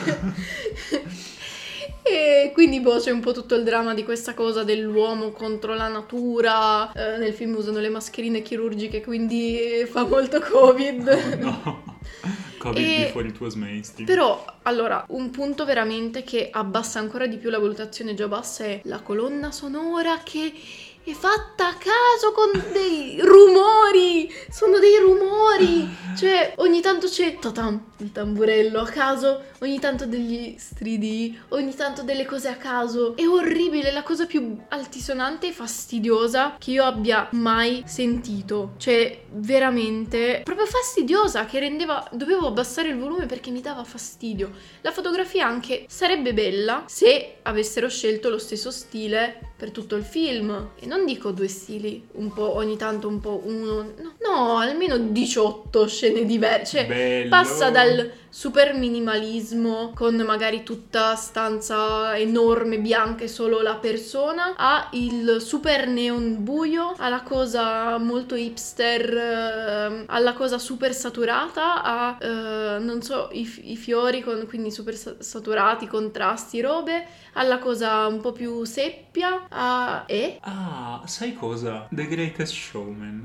E quindi boh, c'è un po' tutto il dramma di questa cosa dell'uomo contro la natura. Eh, nel film usano le mascherine chirurgiche, quindi fa molto Covid. Oh, no. Covid e... before it was mainstream. Però, allora, un punto veramente che abbassa ancora di più la valutazione già bassa è la colonna sonora che è fatta a caso con dei rumori, sono dei rumori, cioè ogni tanto c'è tatam, il tamburello a caso, ogni tanto degli stridi, ogni tanto delle cose a caso. È orribile, la cosa più altisonante e fastidiosa che io abbia mai sentito, cioè veramente proprio fastidiosa, che rendeva, dovevo abbassare il volume perché mi dava fastidio. La fotografia anche sarebbe bella se avessero scelto lo stesso stile per tutto il film, e non dico due stili, un po' ogni tanto un po' uno, no, no almeno diciotto scene diverse, cioè bello. Passa dal super minimalismo con magari tutta stanza enorme bianca e solo la persona, a il super neon buio, alla cosa molto hipster, eh, alla cosa super saturata, a eh, non so i, i fiori con, quindi super saturati, contrasti, robe, alla cosa un po' più seppia, a... e? Ah, sai cosa? The Greatest Showman.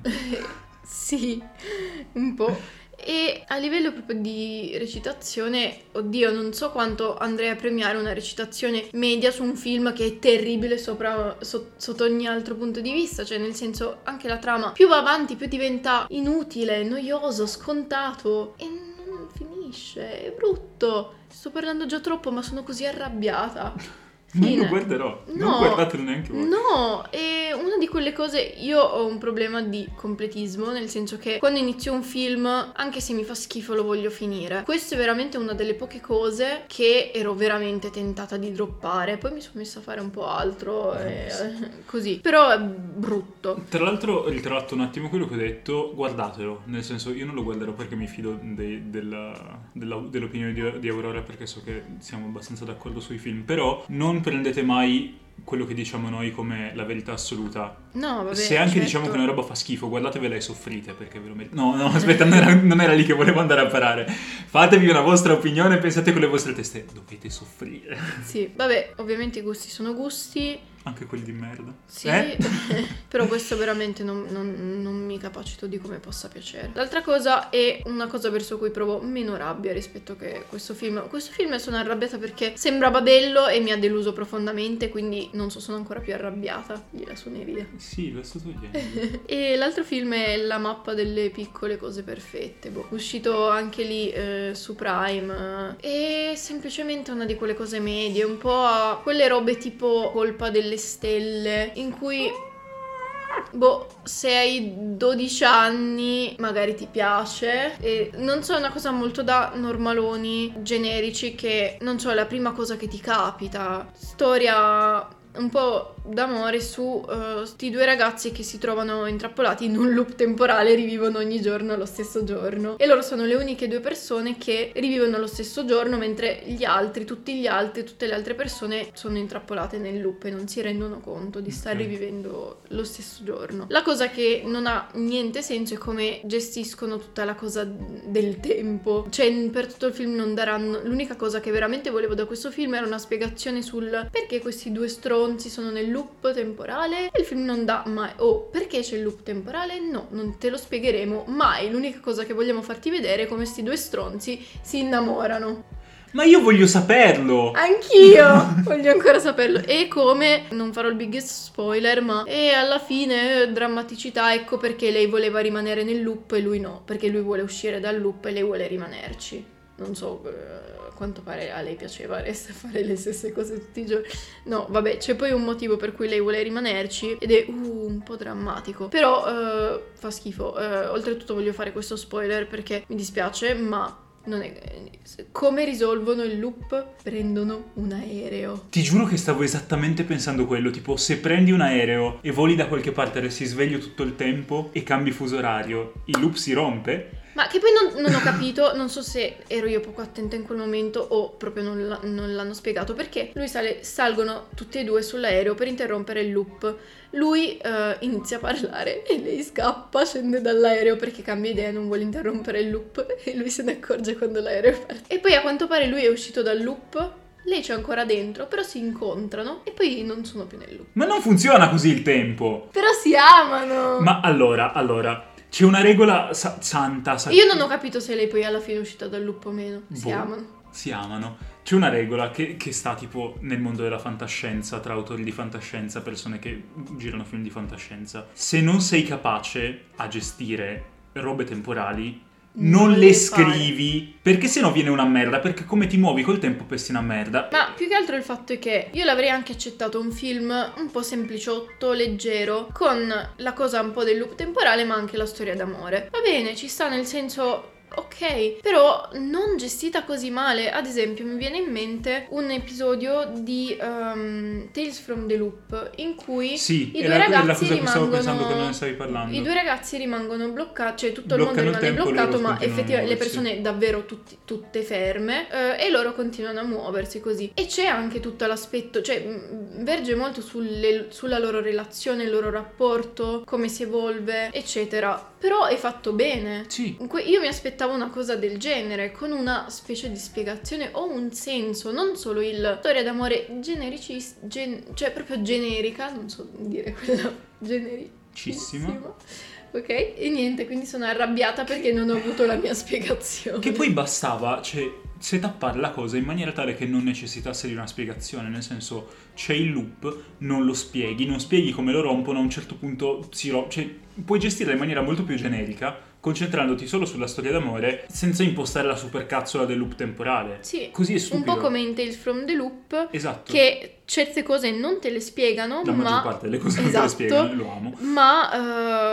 Sì, un po'. E a livello proprio di recitazione, oddio, non so quanto andrei a premiare una recitazione media su un film che è terribile sopra, so, sotto ogni altro punto di vista, cioè nel senso anche la trama più va avanti più diventa inutile, noioso, scontato e non finisce, è brutto. Sto parlando già troppo, ma sono così arrabbiata. Non lo guarderò, no, non guardatelo neanche voi. No, è una di quelle cose, io ho un problema di completismo, nel senso che quando inizio un film, anche se mi fa schifo lo voglio finire. Questa è veramente una delle poche cose che ero veramente tentata di droppare, poi mi sono messa a fare un po' altro e così, però è brutto. Tra l'altro ritratto un attimo quello che ho detto, guardatelo, nel senso io non lo guarderò perché mi fido dei, della, della, dell'opinione di, di Aurora, perché so che siamo abbastanza d'accordo sui film, però non prendete mai quello che diciamo noi come la verità assoluta, No, vabbè, se anche certo. diciamo che una roba fa schifo, guardatevela e soffrite perché ve lo merite. No, no, aspetta, non era, non era lì che volevo andare a parare. Fatevi una vostra opinione, pensate con le vostre teste, dovete soffrire. Sì, vabbè, ovviamente i gusti sono gusti. Anche quelli di merda. Sì, eh? però questo veramente non, non, non mi capacito di come possa piacere. L'altra cosa è una cosa verso cui provo meno rabbia rispetto che questo film. Questo film sono arrabbiata perché sembrava bello e mi ha deluso profondamente, quindi non so, sono ancora più arrabbiata della suoneria. Sì, lo sto togliendo. E l'altro film è La mappa delle piccole cose perfette, boh, uscito anche lì eh, su Prime. È semplicemente una di quelle cose medie, un po' a quelle robe tipo Colpa delle stelle, in cui boh, se hai dodici anni magari ti piace. E non so, è una cosa molto da normaloni generici che non so, è la prima cosa che ti capita. Storia un po' d'amore su uh, sti due ragazzi che si trovano intrappolati in un loop temporale e rivivono ogni giorno lo stesso giorno, e loro sono le uniche due persone che rivivono lo stesso giorno, mentre gli altri, tutti gli altri, tutte le altre persone sono intrappolate nel loop e non si rendono conto di star Okay. rivivendo lo stesso giorno. La cosa che non ha niente senso è come gestiscono tutta la cosa del tempo, cioè per tutto il film non daranno. L'unica cosa che veramente volevo da questo film era una spiegazione sul perché questi due stronzi sono nel loop temporale, e il film non dà mai. Oh, perché c'è il loop temporale? No, non te lo spiegheremo mai. L'unica cosa che vogliamo farti vedere è come sti due stronzi si innamorano. Ma io voglio saperlo! Anch'io voglio ancora saperlo. E come, non farò il biggest spoiler, ma e alla fine eh, drammaticità, ecco perché lei voleva rimanere nel loop e lui no, perché lui vuole uscire dal loop e lei vuole rimanerci. Non so, eh, a quanto pare a lei piaceva resta fare le stesse cose tutti i giorni. No, vabbè, c'è poi un motivo per cui lei vuole rimanerci ed è uh, un po' drammatico. Però eh, fa schifo. Eh, oltretutto voglio fare questo spoiler perché mi dispiace, ma non è. Come risolvono il loop? Prendono un aereo. Ti giuro che stavo esattamente pensando quello, tipo se prendi un aereo e voli da qualche parte e resti sveglio tutto il tempo e cambi fuso orario, il loop si rompe? Ma che poi non, non ho capito, non so se ero io poco attenta in quel momento o proprio non, la- non l'hanno spiegato, perché lui sale, salgono tutti e due sull'aereo per interrompere il loop. Lui eh, inizia a parlare e lei scappa, scende dall'aereo perché cambia idea, non vuole interrompere il loop, e lui se ne accorge quando l'aereo parte. E poi a quanto pare lui è uscito dal loop, lei c'è ancora dentro, però si incontrano e poi non sono più nel loop. Ma non funziona così il tempo! Però si amano! Ma allora, allora, c'è una regola sa- santa... Sa- Io non ho capito se lei poi alla fine è uscita dal loop o meno. Si Boh. amano. Si amano. C'è una regola che, che sta tipo nel mondo della fantascienza, tra autori di fantascienza, persone che girano film di fantascienza. Se non sei capace a gestire robe temporali, non, Non le le fare. scrivi, perché sennò viene una merda, perché come ti muovi col tempo pesti una merda. Ma più che altro il fatto è che io l'avrei anche accettato un film un po' sempliciotto, leggero, con la cosa un po' del loop temporale ma anche la storia d'amore. Va bene, ci sta, nel senso... Ok, però non gestita così male. Ad esempio mi viene in mente un episodio di um, Tales from the Loop in cui Sì, i è due la, è la ragazzi cosa che stavo rimangono pensando quando ne stavi parlando. i due ragazzi rimangono bloccati, cioè tutto Bloccano il il mondo rimane tempo, bloccato, loro ma continuano a effettivamente le muoversi. persone davvero tutti- tutte ferme eh, e loro continuano a muoversi così. E c'è anche tutto l'aspetto, cioè mh, verge molto sulle- sulla loro relazione, il loro rapporto, come si evolve, eccetera. Però è fatto bene. Sì. Que- Io mi aspettavo una cosa del genere, con una specie di spiegazione o un senso, non solo il storia d'amore genericis, gen- cioè proprio generica, non so dire quella genericissima. Cissima. Ok, e niente, quindi sono arrabbiata perché non ho avuto la mia spiegazione. Che poi bastava, cioè, setappare la cosa in maniera tale che non necessitasse di una spiegazione, nel senso, c'è il loop, non lo spieghi, non spieghi come lo rompono, a un certo punto si rompe, cioè, puoi gestirla in maniera molto più generica, concentrandoti solo sulla storia d'amore, senza impostare la supercazzola del loop temporale. Sì, Così è un stupido. po' come in Tales from the Loop, Esatto. che certe cose non te le spiegano, La ma... maggior parte delle cose non te Esatto. le spiegano, lo amo. Ma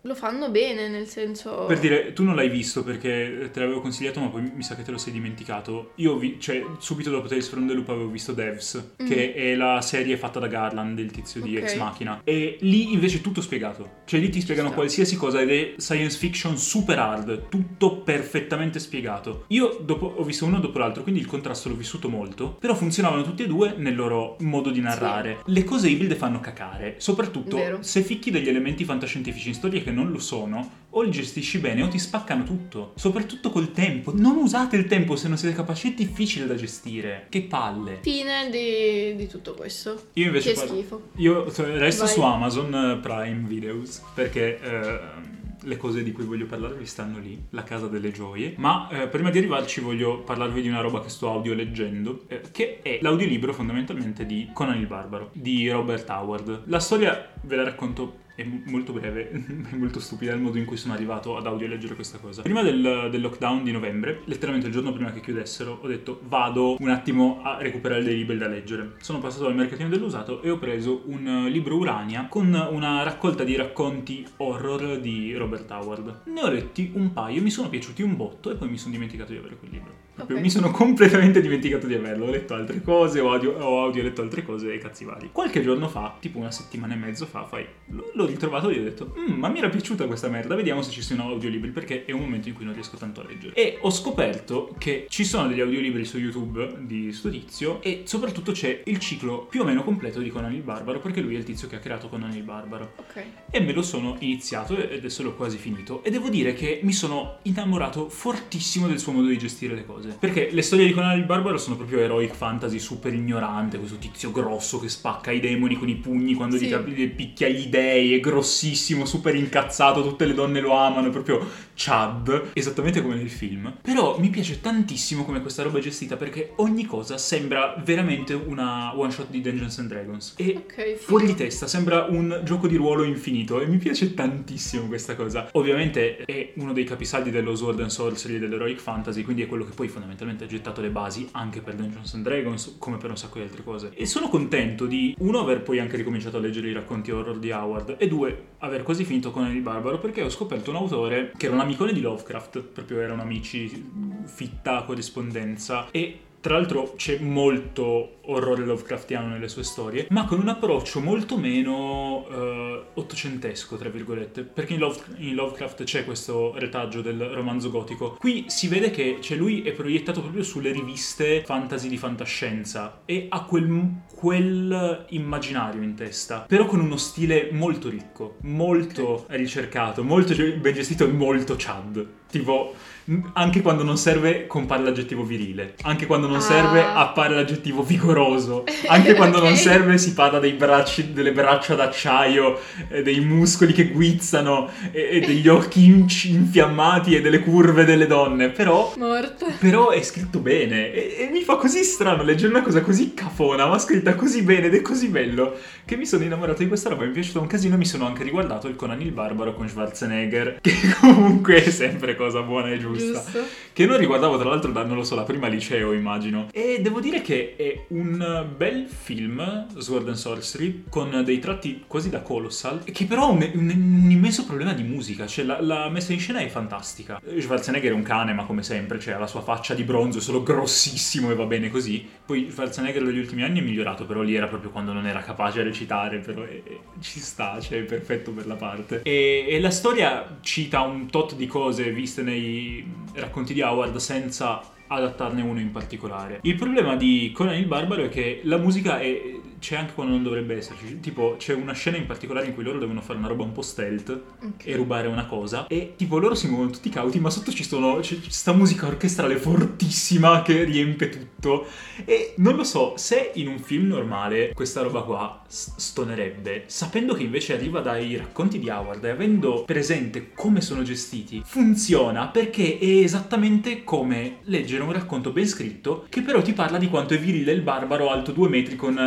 lo fanno bene, nel senso... Per dire, tu non l'hai visto perché te l'avevo consigliato, ma poi mi sa che te lo sei dimenticato. Io, vi, cioè, subito dopo Tales from the Loop avevo visto Devs, mm. che è la serie fatta da Garland, il tizio di okay. Ex Machina. E lì invece è tutto spiegato. Cioè lì ti spiegano qualsiasi cosa ed è science fiction super hard, tutto perfettamente spiegato. Io dopo, ho visto uno dopo l'altro, quindi il contrasto l'ho vissuto molto, però funzionavano tutti e due nel loro modo di narrare. Sì. Le cose ibride fanno cacare, soprattutto Vero. se ficchi degli elementi fantascientifici in storie che non lo sono, o li gestisci bene o ti spaccano tutto, soprattutto col tempo. Non usate il tempo se non siete capaci, è difficile da gestire. Che palle. Fine di, di tutto questo. Io invece che parlo, schifo. Io resto Vai. su Amazon Prime Videos perché eh, le cose di cui voglio parlarvi stanno lì, la casa delle gioie. Ma eh, prima di arrivarci voglio parlarvi di una roba che sto audio leggendo, eh, che è l'audiolibro fondamentalmente di Conan il Barbaro di Robert Howard. La storia ve la racconto, è molto breve, è molto stupida il modo in cui sono arrivato ad audio leggere questa cosa. Prima del, del lockdown di novembre, letteralmente il giorno prima che chiudessero, ho detto vado un attimo a recuperare dei libri da leggere. Sono passato al mercatino dell'usato e ho preso un libro Urania con una raccolta di racconti horror di Robert Howard. Ne ho letti un paio, mi sono piaciuti un botto e poi mi sono dimenticato di avere quel libro. Okay. Mi sono completamente dimenticato di averlo. Ho letto altre cose, ho audio, ho audio letto altre cose e cazzi vari. Qualche giorno fa, tipo una settimana e mezzo fa, fai, l'ho ritrovato e ho detto mm, ma mi era piaciuta questa merda, vediamo se ci sono audiolibri, perché è un momento in cui non riesco tanto a leggere. E ho scoperto che ci sono degli audiolibri su YouTube di sto tizio e soprattutto c'è il ciclo più o meno completo di Conan il Barbaro, perché lui è il tizio che ha creato Conan il Barbaro. Ok. E me lo sono iniziato e adesso l'ho quasi finito e devo dire che mi sono innamorato fortissimo del suo modo di gestire le cose, perché le storie di Conan il Barbaro sono proprio heroic fantasy super ignorante, questo tizio grosso che spacca i demoni con i pugni quando sì. gli picchia gli dei, è grossissimo, super incazzato, tutte le donne lo amano, è proprio Chad, esattamente come nel film. Però mi piace tantissimo come questa roba è gestita, perché ogni cosa sembra veramente una one shot di Dungeons and Dragons e okay, fuori di testa, sembra un gioco di ruolo infinito e mi piace tantissimo questa cosa. Ovviamente è uno dei capisaldi dello Sword and Sorcery e dell'Heroic Fantasy, quindi è quello che poi fondamentalmente ha gettato le basi anche per Dungeons and Dragons, come per un sacco di altre cose. E sono contento di, uno, aver poi anche ricominciato a leggere i racconti horror di Howard, e due, aver quasi finito Conan il Barbaro, perché ho scoperto un autore che era un amicone di Lovecraft, proprio erano amici, fitta corrispondenza, e tra l'altro c'è molto orrore Lovecraftiano nelle sue storie, ma con un approccio molto meno eh, ottocentesco, tra virgolette, perché in, Love, in Lovecraft c'è questo retaggio del romanzo gotico. Qui si vede che cioè, lui è proiettato proprio sulle riviste fantasy di fantascienza e ha quel, quel immaginario in testa, però con uno stile molto ricco, molto ricercato, molto ben gestito e molto Chad. Tipo, anche quando non serve compare l'aggettivo virile, anche quando non ah. serve appare l'aggettivo vigoroso, anche quando okay. non serve si parla dei bracci, delle braccia d'acciaio, eh, dei muscoli che guizzano e, e degli occhi inci- infiammati e delle curve delle donne, però morto. Però è scritto bene e, e mi fa così strano leggere una cosa così cafona ma scritta così bene ed è così bello che mi sono innamorato di questa roba, mi è piaciuto un casino. Mi sono anche riguardato il Conan il Barbaro con Schwarzenegger, che comunque è sempre cosa buona e giusta, giusto, che non riguardavo tra l'altro da, non lo so, la prima liceo immagino, e devo dire che è un bel film, Sword and Sorcery, con dei tratti quasi da Colossal, che però ha un, un, un immenso problema di musica, cioè la, la messa in scena è fantastica. Schwarzenegger è un cane, ma come sempre, cioè ha la sua faccia di bronzo, è solo grossissimo e va bene così. Poi Schwarzenegger negli ultimi anni è migliorato, però lì era proprio quando non era capace a recitare, però è, è, ci sta, cioè è perfetto per la parte. E, e la storia cita un tot di cose viste nei racconti di Howard senza adattarne uno in particolare. Il problema di Conan il Barbaro è che la musica è, c'è anche quando non dovrebbe esserci. Tipo c'è una scena in particolare in cui loro devono fare una roba un po' stealth, okay, e rubare una cosa, e tipo loro si muovono tutti cauti, ma sotto ci sono c'è questa musica orchestrale fortissima che riempie tutto, e non lo so, se in un film normale questa roba qua stonerebbe, sapendo che invece arriva dai racconti di Howard e avendo presente come sono gestiti, funziona perché è esattamente come leggere un racconto ben scritto che però ti parla di quanto è virile il barbaro alto due metri con le braccia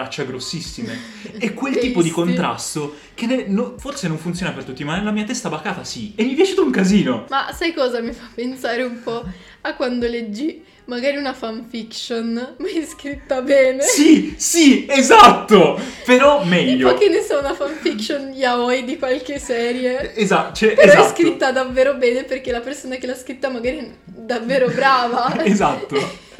braccia grossissime. È quel tipo di contrasto che ne, no, forse non funziona per tutti, ma nella mia testa bacata sì. E mi è piaciuto un casino. Ma sai cosa mi fa pensare un po' a quando leggi magari una fanfiction, ma è scritta bene? Sì, sì, esatto! Però meglio. Tipo che ne so, una fanfiction yaoi di qualche serie. Esatto, cioè, Però esatto. è scritta davvero bene perché la persona che l'ha scritta magari è davvero brava. Esatto.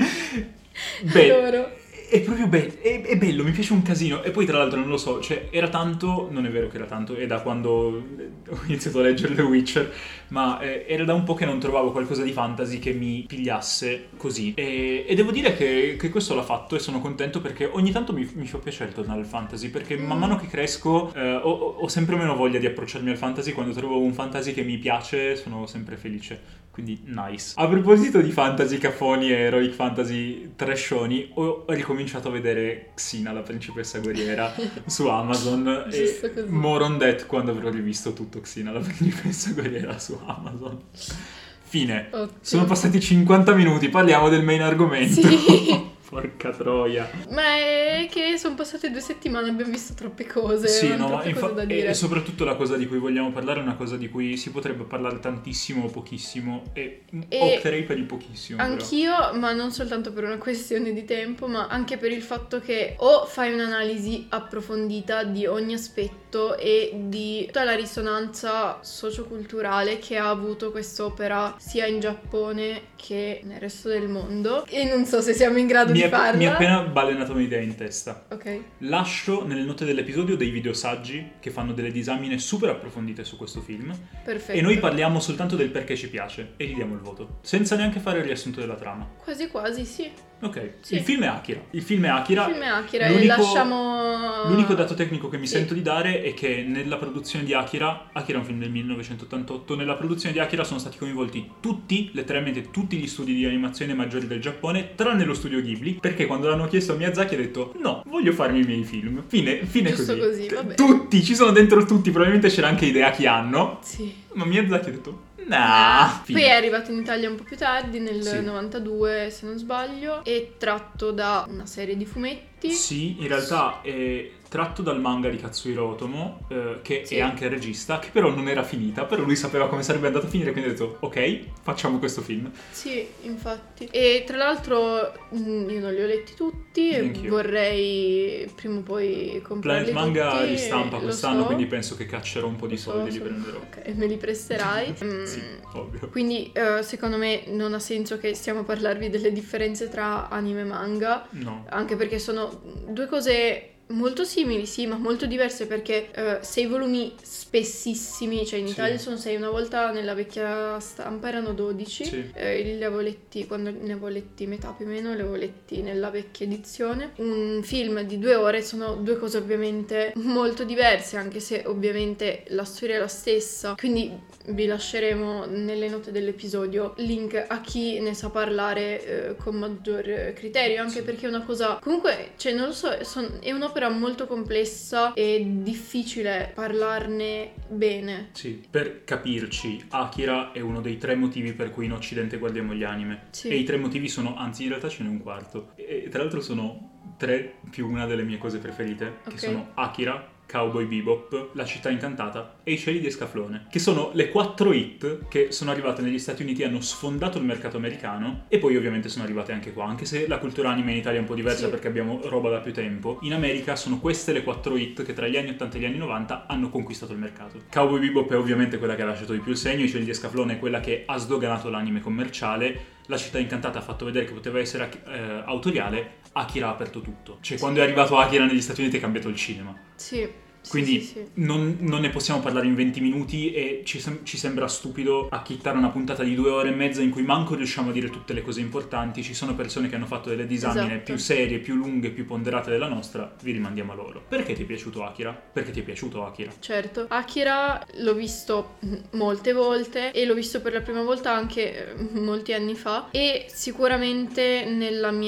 Beh, Loro. è proprio bello, è, è bello, mi piace un casino. E poi tra l'altro non lo so, cioè era tanto, non è vero che era tanto, è da quando ho iniziato a leggere The Witcher, ma eh, era da un po' che non trovavo qualcosa di fantasy che mi pigliasse così. E, e devo dire che, che questo l'ha fatto e sono contento perché ogni tanto mi, mi fa piacere tornare al fantasy, perché Mm. man mano che cresco eh, ho, ho sempre meno voglia di approcciarmi al fantasy. Quando trovo un fantasy che mi piace sono sempre felice. Quindi nice. A proposito di fantasy caffoni e heroic fantasy trashoni, ho, ho ricominciato a vedere Xena, la principessa guerriera, su Amazon. Giusto E così. more on that quando avrò rivisto tutto Xena, la principessa guerriera su Amazon. Fine. Ottimo. Sono passati cinquanta minuti, parliamo del main argomento. Sì. Porca troia. Ma è che sono passate due settimane, abbiamo visto troppe cose. Sì, non no, ma troppe infa- cose da e, dire. e soprattutto la cosa di cui vogliamo parlare è una cosa di cui si potrebbe parlare tantissimo o pochissimo, e, E opterei per il pochissimo. però. Anch'io, ma non soltanto per una questione di tempo, ma anche per il fatto che o fai un'analisi approfondita di ogni aspetto e di tutta la risonanza socioculturale che ha avuto quest'opera sia in Giappone che nel resto del mondo, e non so se siamo in grado Mi di è, farla. mi è appena balenato un'idea in testa. Ok. Lascio nelle note dell'episodio dei videosaggi che fanno delle disamine super approfondite su questo film, Perfetto. e noi parliamo soltanto del perché ci piace e gli diamo il voto, senza neanche fare il riassunto della trama. Quasi quasi, sì. Ok, Sì. il film è Akira. Il film è Akira. Il film è Akira e L'unico- lasciamo... L'unico dato tecnico che mi Sì. sento di dare è che nella produzione di Akira, Akira è un film del millenovecentottantotto, nella produzione di Akira sono stati coinvolti tutti, letteralmente tutti gli studi di animazione maggiori del Giappone, tranne lo studio Ghibli, perché quando l'hanno chiesto a Miyazaki ha detto no, voglio farmi i miei film. Fine, fine Giusto così. così, vabbè. Tutti, ci sono dentro tutti, probabilmente c'era anche Hideaki Anno, Sì. ma Miyazaki ha detto nah. Poi è arrivato in Italia un po' più tardi, nel Sì. novantadue se non sbaglio, è tratto da una serie di fumetti. Sì, in realtà è tratto dal manga di Katsuhiro Otomo, eh, che Sì. è anche il regista, che però non era finita, però lui sapeva come sarebbe andato a finire, quindi ha detto ok, facciamo questo film. Sì, infatti. E tra l'altro mh, io non li ho letti tutti e Neanch'io. vorrei prima o poi comprarli Planet Manga tutti, ristampa lo quest'anno, so. quindi penso che caccerò un po' di Lo so, soldi e li so. prenderò. Ok, me li presterai. Mm, Sì, ovvio. Quindi eh, secondo me non ha senso che stiamo a parlarvi delle differenze tra anime e manga, No. anche perché sono due cose molto simili, sì, ma molto diverse, perché eh, sei volumi spessissimi, cioè in Sì. Italia sono sei, una volta nella vecchia stampa erano dodici, Sì. eh, li avevo letti, quando ne avevo letti metà più o meno, li avevo letti nella vecchia edizione. Un film di due ore sono due cose ovviamente molto diverse, anche se ovviamente la storia è la stessa, quindi vi lasceremo nelle note dell'episodio link a chi ne sa parlare eh, con maggior eh, criterio, anche Sì. perché è una cosa, comunque, cioè non lo so, son- è un'opera molto complessa e difficile parlarne bene. Sì, per capirci, Akira è uno dei tre motivi per cui in Occidente guardiamo gli anime. Sì. E i tre motivi sono, anzi in realtà ce n'è un quarto. E tra l'altro sono tre più una delle mie cose preferite, che Ok. sono Akira, Cowboy Bebop, La città incantata e I cieli di Escaflone, che sono le quattro hit che sono arrivate negli Stati Uniti, hanno sfondato il mercato americano e poi ovviamente sono arrivate anche qua, anche se la cultura anime in Italia è un po' diversa Sì. perché abbiamo roba da più tempo. In America sono queste le quattro hit che tra gli anni ottanta e gli anni novanta hanno conquistato il mercato. Cowboy Bebop è ovviamente quella che ha lasciato di più il segno, I cieli di Escaflone è quella che ha sdoganato l'anime commerciale, La città incantata ha fatto vedere che poteva essere eh, autoriale, Akira ha aperto tutto. Cioè Sì. quando è arrivato Akira negli Stati Uniti è cambiato il cinema. Sì. Sì, Quindi sì, sì. Non, non ne possiamo parlare in venti minuti e ci, sem- ci sembra stupido acchittare una puntata di due ore e mezza in cui manco riusciamo a dire tutte le cose importanti. Ci sono persone che hanno fatto delle disamine Esatto. più serie, più lunghe, più ponderate della nostra, vi rimandiamo a loro. Perché ti è piaciuto Akira? Perché ti è piaciuto Akira? Certo, Akira l'ho visto molte volte e l'ho visto per la prima volta anche eh, molti anni fa, e sicuramente nella mia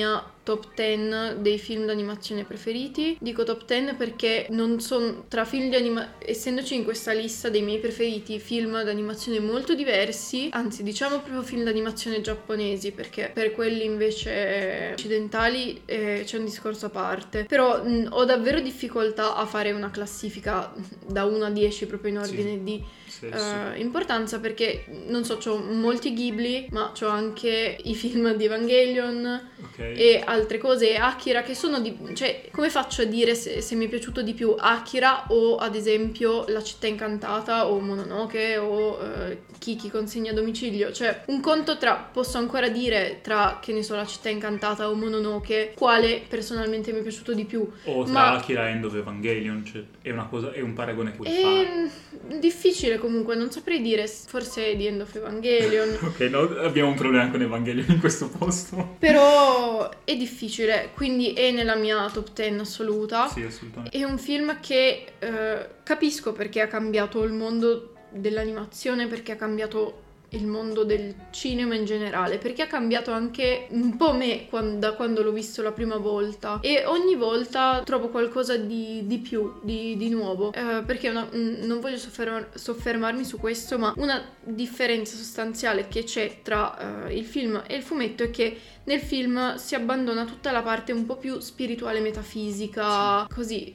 top dieci dei film d'animazione preferiti. Dico top dieci perché non sono tra film di animazione, essendoci in questa lista dei miei preferiti film d'animazione molto diversi, anzi diciamo proprio film d'animazione giapponesi, perché per quelli invece occidentali eh, c'è un discorso a parte. Però mh, ho davvero difficoltà a fare una classifica da uno a dieci proprio in ordine sì. di Sì, uh, sì. importanza, perché non so, c'ho molti Ghibli, ma c'ho anche i film di Evangelion, okay, e altre cose, Akira, che sono di... cioè, come faccio a dire se, se mi è piaciuto di più Akira o ad esempio La città incantata o Mononoke o uh, Kiki consegna a domicilio? Cioè, un conto tra, posso ancora dire tra, che ne so, La città incantata o Mononoke quale personalmente mi è piaciuto di più, o tra ma... Akira e End of Evangelion, cioè è una cosa, è un paragone che puoi è... fare. difficile comunque, non saprei dire, forse di End of Evangelion. Ok, no, abbiamo un problema con Evangelion in questo posto. Però è difficile, quindi è nella mia top dieci assoluta. Sì, assolutamente. È un film che eh, capisco perché ha cambiato il mondo dell'animazione, perché ha cambiato il mondo del cinema in generale, perché ha cambiato anche un po' me quando, da quando l'ho visto la prima volta, e ogni volta trovo qualcosa di, di più, di, di nuovo, eh, perché una, non voglio soffermar, soffermarmi su questo, ma una differenza sostanziale che c'è tra eh, il film e il fumetto è che nel film si abbandona tutta la parte un po' più spirituale, metafisica, sì, così,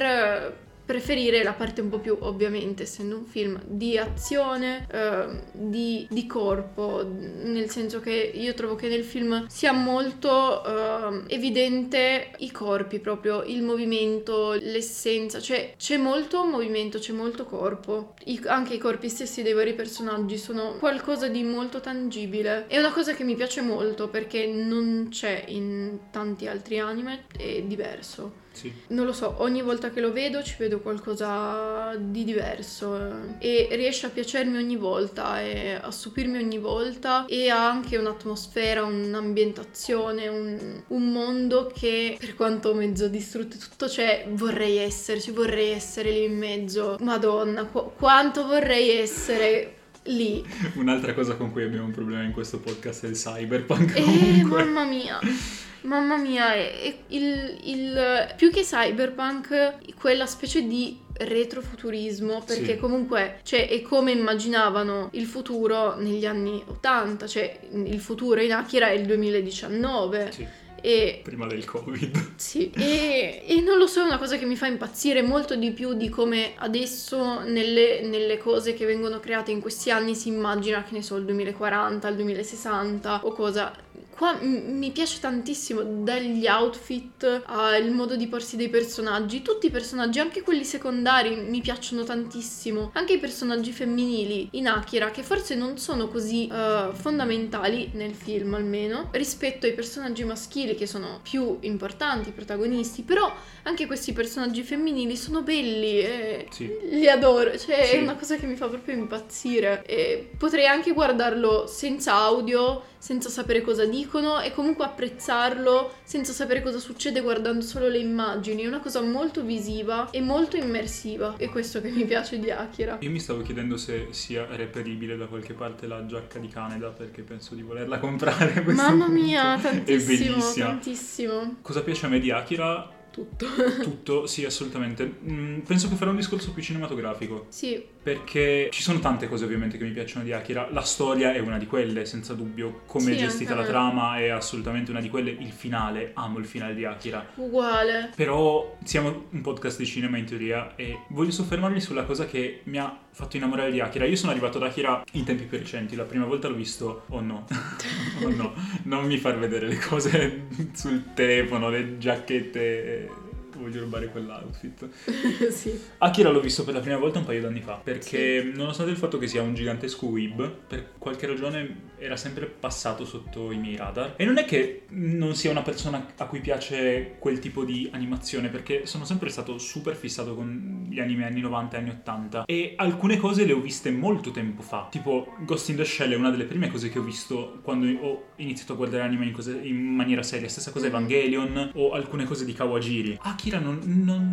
per preferire la parte un po' più, ovviamente, essendo un film di azione, eh, di, di corpo, nel senso che io trovo che nel film sia molto eh, evidente i corpi, proprio il movimento, l'essenza, cioè c'è molto movimento, c'è molto corpo. I, anche i corpi stessi dei vari personaggi sono qualcosa di molto tangibile. È una cosa che mi piace molto perché non c'è in tanti altri anime, è diverso. Sì. Non lo so, ogni volta che lo vedo ci vedo qualcosa di diverso e riesce a piacermi ogni volta e a stupirmi ogni volta, e ha anche un'atmosfera, un'ambientazione, un, un mondo che, per quanto mezzo distrutto e tutto, c'è, vorrei esserci, vorrei essere lì in mezzo. Madonna, qu- quanto vorrei essere lì. Un'altra cosa con cui abbiamo un problema in questo podcast è il cyberpunk. Eh, mamma mia. Mamma mia, è il, il più che cyberpunk, quella specie di retrofuturismo, perché sì, comunque, cioè, è come immaginavano il futuro negli anni ottanta, cioè il futuro in Akira è il duemiladiciannove. Sì. E prima del Covid. Sì, e, e non lo so, è una cosa che mi fa impazzire molto di più di come adesso nelle, nelle cose che vengono create in questi anni si immagina, che ne so, il duemilaquaranta, il duemilasessanta o cosa. Qua m- mi piace tantissimo, dagli outfit al modo di porsi dei personaggi, tutti i personaggi, anche quelli secondari, mi piacciono tantissimo, anche i personaggi femminili in Akira, che forse non sono così uh, fondamentali nel film, almeno rispetto ai personaggi maschili, che sono più importanti, protagonisti, però anche questi personaggi femminili sono belli e sì, li adoro, cioè sì, è una cosa che mi fa proprio impazzire, e potrei anche guardarlo senza audio, senza sapere cosa dicono, e comunque apprezzarlo senza sapere cosa succede guardando solo le immagini. È una cosa molto visiva e molto immersiva, è questo che mi piace di Akira. Io mi stavo chiedendo se sia reperibile da qualche parte la giacca di Kaneda, perché penso di volerla comprare a questo Mamma punto. mia, tantissimo, È bellissima. tantissimo. Cosa piace a me di Akira? Tutto. Tutto, sì, assolutamente. Mm, penso che farò un discorso più cinematografico. Sì. Perché ci sono tante cose ovviamente che mi piacciono di Akira. La storia è una di quelle, senza dubbio. Come Sì, è gestita la anche trama è assolutamente una di quelle. Il finale, amo il finale di Akira. Uguale. Però siamo un podcast di cinema in teoria e voglio soffermarmi sulla cosa che mi ha fatto innamorare di Akira. Io sono arrivato ad Akira in tempi più recenti. La prima volta l'ho visto, oh no, oh no, non mi far vedere le cose sul telefono, le giacchette. Voglio rubare quell'outfit. Sì. Akira l'ho visto per la prima volta un paio d'anni fa, perché sì, nonostante il fatto che sia un gigantesco weeb, per qualche ragione era sempre passato sotto i miei radar. E non è che non sia una persona a cui piace quel tipo di animazione, perché sono sempre stato super fissato con gli anime anni novanta e anni ottanta, e alcune cose le ho viste molto tempo fa, tipo Ghost in the Shell è una delle prime cose che ho visto quando ho iniziato a guardare anime in, cose, in maniera seria. Stessa cosa Evangelion o alcune cose di Kawajiri. Akira Non, non, non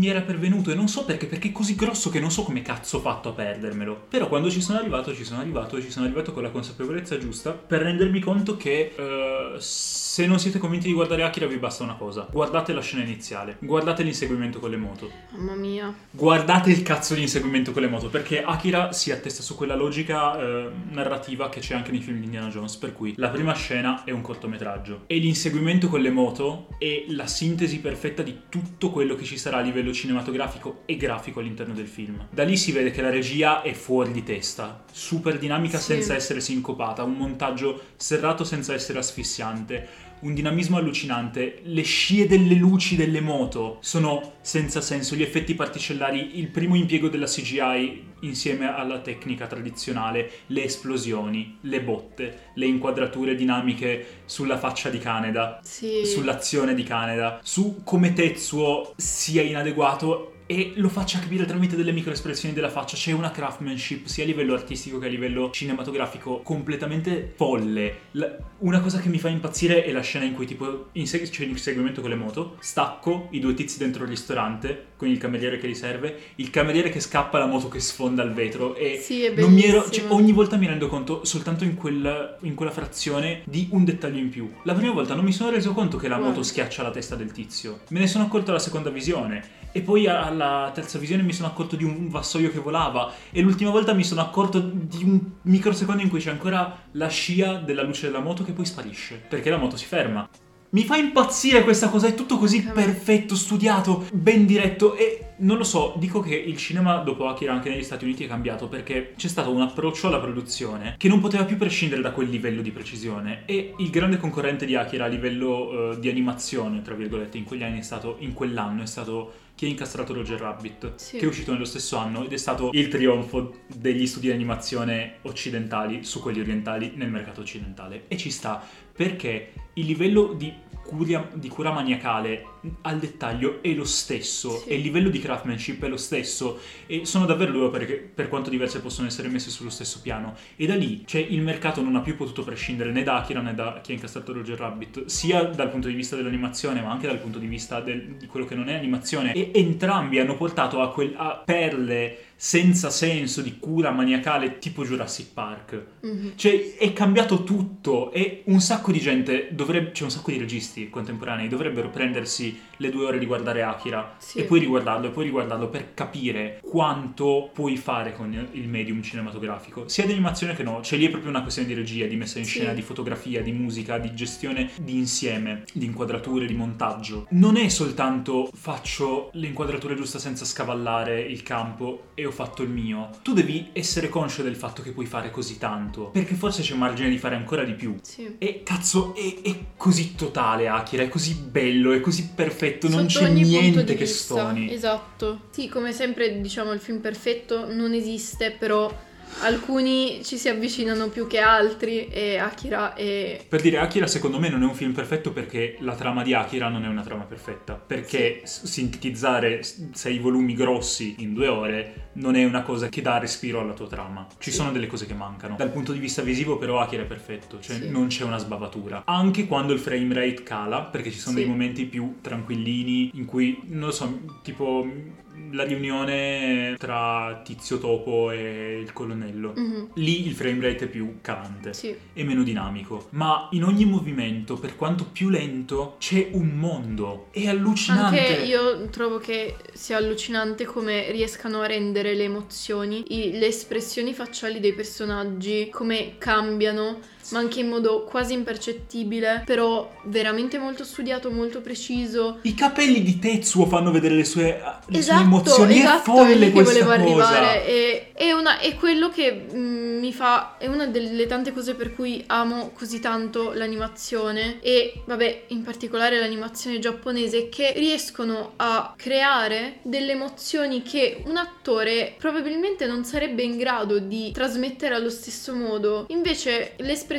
mi era pervenuto, e non so perché, perché è così grosso che non so come cazzo ho fatto a perdermelo. Però quando ci sono arrivato, ci sono arrivato e ci sono arrivato con la consapevolezza giusta per rendermi conto che uh, se non siete convinti di guardare Akira vi basta una cosa: guardate la scena iniziale, guardate l'inseguimento con le moto. Mamma mia. Guardate il cazzo di inseguimento con le moto, perché Akira si attesta su quella logica eh, narrativa che c'è anche nei film di Indiana Jones, per cui la prima scena è un cortometraggio e l'inseguimento con le moto è la sintesi perfetta di tutto quello che ci sarà a livello cinematografico e grafico all'interno del film. Da lì si vede che la regia è fuori di testa, super dinamica, sì, senza essere sincopata, un montaggio serrato senza essere asfissiante, un dinamismo allucinante, le scie delle luci delle moto sono senza senso, gli effetti particellari, il primo impiego della C G I insieme alla tecnica tradizionale, le esplosioni, le botte, le inquadrature dinamiche sulla faccia di Kaneda, sì, sull'azione di Kaneda, su come Tetsuo sia inadeguato e lo faccia capire tramite delle microespressioni della faccia. C'è una craftsmanship sia a livello artistico che a livello cinematografico completamente folle. La, una cosa che mi fa impazzire è la scena in cui tipo insegu- c'è l'inseguimento con le moto, stacco i due tizi dentro il ristorante con il cameriere che li serve, il cameriere che scappa, la moto che sfonda il vetro, e sì, è non mi ero, cioè, ogni volta mi rendo conto soltanto in quella, in quella frazione di un dettaglio in più. La prima volta non mi sono reso conto che la wow. moto schiaccia la testa del tizio, me ne sono accorto alla seconda visione. E poi alla terza visione mi sono accorto di un vassoio che volava, e l'ultima volta mi sono accorto di un microsecondo in cui c'è ancora la scia della luce della moto che poi sparisce, perché la moto si ferma. Mi fa impazzire questa cosa, è tutto così perfetto, studiato, ben diretto, e non lo so, dico che il cinema dopo Akira anche negli Stati Uniti è cambiato, perché c'è stato un approccio alla produzione che non poteva più prescindere da quel livello di precisione, e il grande concorrente di Akira a livello uh, di animazione, tra virgolette, in quegli anni è stato, in quell'anno è stato Chi ha incastrato Roger Rabbit, sì, che è uscito nello stesso anno, ed è stato il trionfo degli studi di animazione occidentali su quelli orientali nel mercato occidentale. E ci sta, perché il livello di cura, di cura maniacale al dettaglio è lo stesso, sì, e il livello di craftsmanship è lo stesso, e sono davvero due opere che, per quanto diverse, possono essere messe sullo stesso piano. E da lì, cioè, il mercato non ha più potuto prescindere né da Akira né da Chi ha incastrato Roger Rabbit, sia dal punto di vista dell'animazione ma anche dal punto di vista del, di quello che non è animazione, e entrambi hanno portato a, quel, a perle senza senso di cura maniacale tipo Jurassic Park. Mm-hmm. Cioè, è cambiato tutto, e un sacco di gente dovrebbe, cioè un sacco di registi contemporanei dovrebbero prendersi le due ore di guardare Akira, sì, e poi riguardarlo e poi riguardarlo per capire quanto puoi fare con il medium cinematografico, sia di animazione che no. Cioè lì è proprio una questione di regia, di messa in scena, sì, di fotografia, di musica, di gestione di insieme, di inquadrature, di montaggio. Non è soltanto faccio l'inquadratura giusta senza scavallare il campo e ho fatto il mio. Tu devi essere conscio del fatto che puoi fare così tanto, perché forse c'è margine di fare ancora di più. Sì. E cazzo, è, è così totale Akira, è così bello, è così perfetto, non c'è niente che stoni. Esatto. Sì, come sempre diciamo il film perfetto non esiste, però alcuni ci si avvicinano più che altri, e Akira è... Per dire, Akira secondo me non è un film perfetto perché la trama di Akira non è una trama perfetta, perché sì, sintetizzare sei volumi grossi in due ore non è una cosa che dà respiro alla tua trama. Ci sì, sono delle cose che mancano. Dal punto di vista visivo però Akira è perfetto, cioè sì, non c'è una sbavatura. Anche quando il frame rate cala, perché ci sono sì, dei momenti più tranquillini in cui, non lo so, tipo la riunione tra Tizio Topo e il colonnello, mm-hmm, lì il frame rate è più calante, sì, e meno dinamico, ma in ogni movimento, per quanto più lento, c'è un mondo, è allucinante. Anche io trovo che sia allucinante come riescano a rendere le emozioni, i, le espressioni facciali dei personaggi, come cambiano, ma anche in modo quasi impercettibile, però veramente molto studiato, molto preciso. I capelli di Tetsuo fanno vedere le sue, le esatto, sue emozioni, esatto, è folle è questa che volevo cosa. Arrivare. E, è, una, è quello che mh, mi fa, è una delle tante cose per cui amo così tanto l'animazione, e vabbè, in particolare l'animazione giapponese, che riescono a creare delle emozioni che un attore probabilmente non sarebbe in grado di trasmettere allo stesso modo. Invece l'espressione,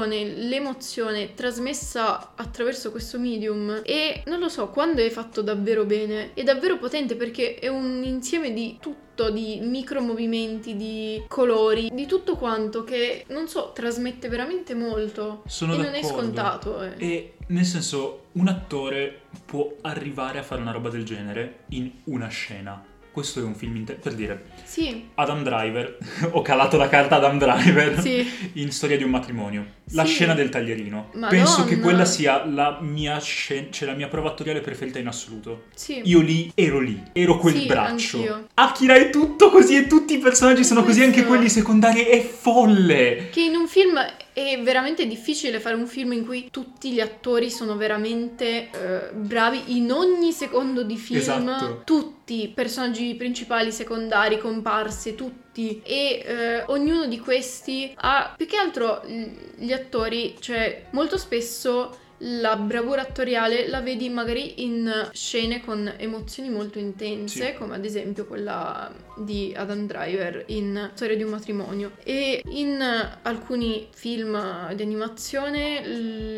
l'emozione trasmessa attraverso questo medium, e non lo so, quando è fatto davvero bene è davvero potente, perché è un insieme di tutto tutto, di micromovimenti, di colori, di tutto quanto che, non so, trasmette veramente molto. Sono e d'accordo. non è scontato. Eh. E nel senso, un attore può arrivare a fare una roba del genere in una scena. Questo è un film inter- per dire. Sì. Adam Driver, ho calato la carta Adam Driver Sì. in Storia di un matrimonio. La Sì. scena del taglierino. Madonna. Penso che quella sia la mia scena, cioè la mia prova attoriale preferita in assoluto. Sì. Io lì ero lì, ero quel Sì, braccio. anch'io. Akira è tutto così e tutti i personaggi sono così, anche Questo- quelli secondari, è folle. Che in un film è veramente difficile fare un film in cui tutti gli attori sono veramente eh, bravi in ogni secondo di film. Esatto. Tutti, personaggi principali, secondari, comparse, tutti. E eh, ognuno di questi ha, più che altro gli attori, cioè molto spesso la bravura attoriale la vedi magari in scene con emozioni molto intense, Sì. come ad esempio quella di Adam Driver in Storia di un matrimonio. E in alcuni film di animazione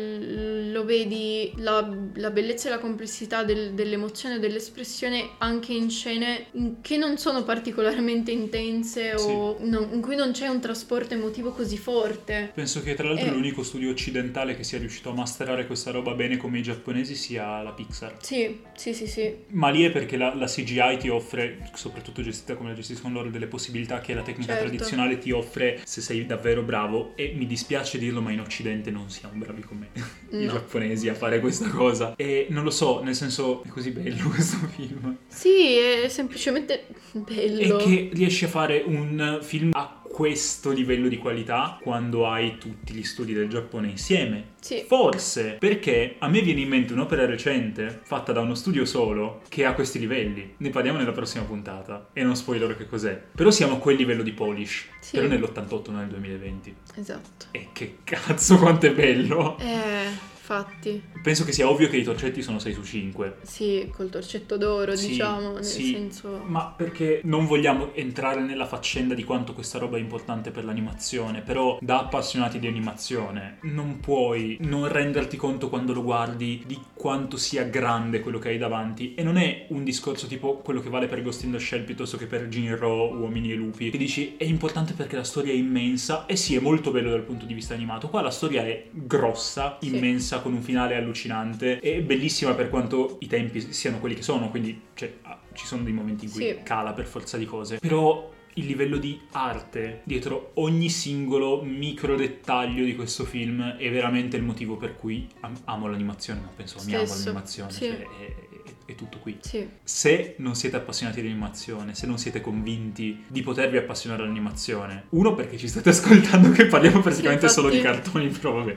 l- lo vedi la, la bellezza e la complessità del- dell'emozione e dell'espressione anche in scene in- che non sono particolarmente intense o non- in cui non c'è un trasporto emotivo così forte. Penso che tra l'altro Eh. l'unico studio occidentale che sia riuscito a masterare questa roba bene come i giapponesi sia la Pixar. Sì, sì, sì, sì. Ma lì è perché la, la C G I ti offre, soprattutto gestita come la gestiscono loro, delle possibilità che la tecnica Certo. tradizionale ti offre se sei davvero bravo. E mi dispiace dirlo, ma in Occidente non siamo bravi come i No. giapponesi a fare questa cosa. E non lo so, nel senso, è così bello questo film. Sì, è semplicemente bello. E che riesci a fare un film a questo livello di qualità quando hai tutti gli studi del Giappone insieme. Sì. Forse perché a me viene in mente un'opera recente fatta da uno studio solo che ha questi livelli. Ne parliamo nella prossima puntata e non spoilerò che cos'è. Però siamo a quel livello di polish. Sì. Però nell'ottantotto, non nel duemilaventi. Esatto. E che cazzo quanto è bello! Eh, infatti. Penso che sia ovvio che i torcetti sono sei su cinque. Sì, col torcetto d'oro, Sì, diciamo, nel sì, senso... ma perché non vogliamo entrare nella faccenda di quanto questa roba è importante per l'animazione, però da appassionati di animazione non puoi non renderti conto quando lo guardi di quanto sia grande quello che hai davanti. E non è un discorso tipo quello che vale per Ghost in the Shell piuttosto che per Jinro, Uomini e Lupi, che dici è importante perché la storia è immensa, e sì, è molto bello dal punto di vista animato. Qua la storia è grossa, Sì. immensa, con un finale allucinante, e bellissima per quanto i tempi siano quelli che sono, quindi cioè, ah, ci sono dei momenti in cui Sì. cala per forza di cose, però il livello di arte dietro ogni singolo micro dettaglio di questo film è veramente il motivo per cui am- amo l'animazione, ma penso amiamo Stesso. l'animazione, Sì. cioè, è, è- è tutto qui. Sì. Se non siete appassionati di animazione, se non siete convinti di potervi appassionare all'animazione, uno, perché ci state ascoltando che parliamo praticamente Sì, solo di infatti. cartoni, però vabbè.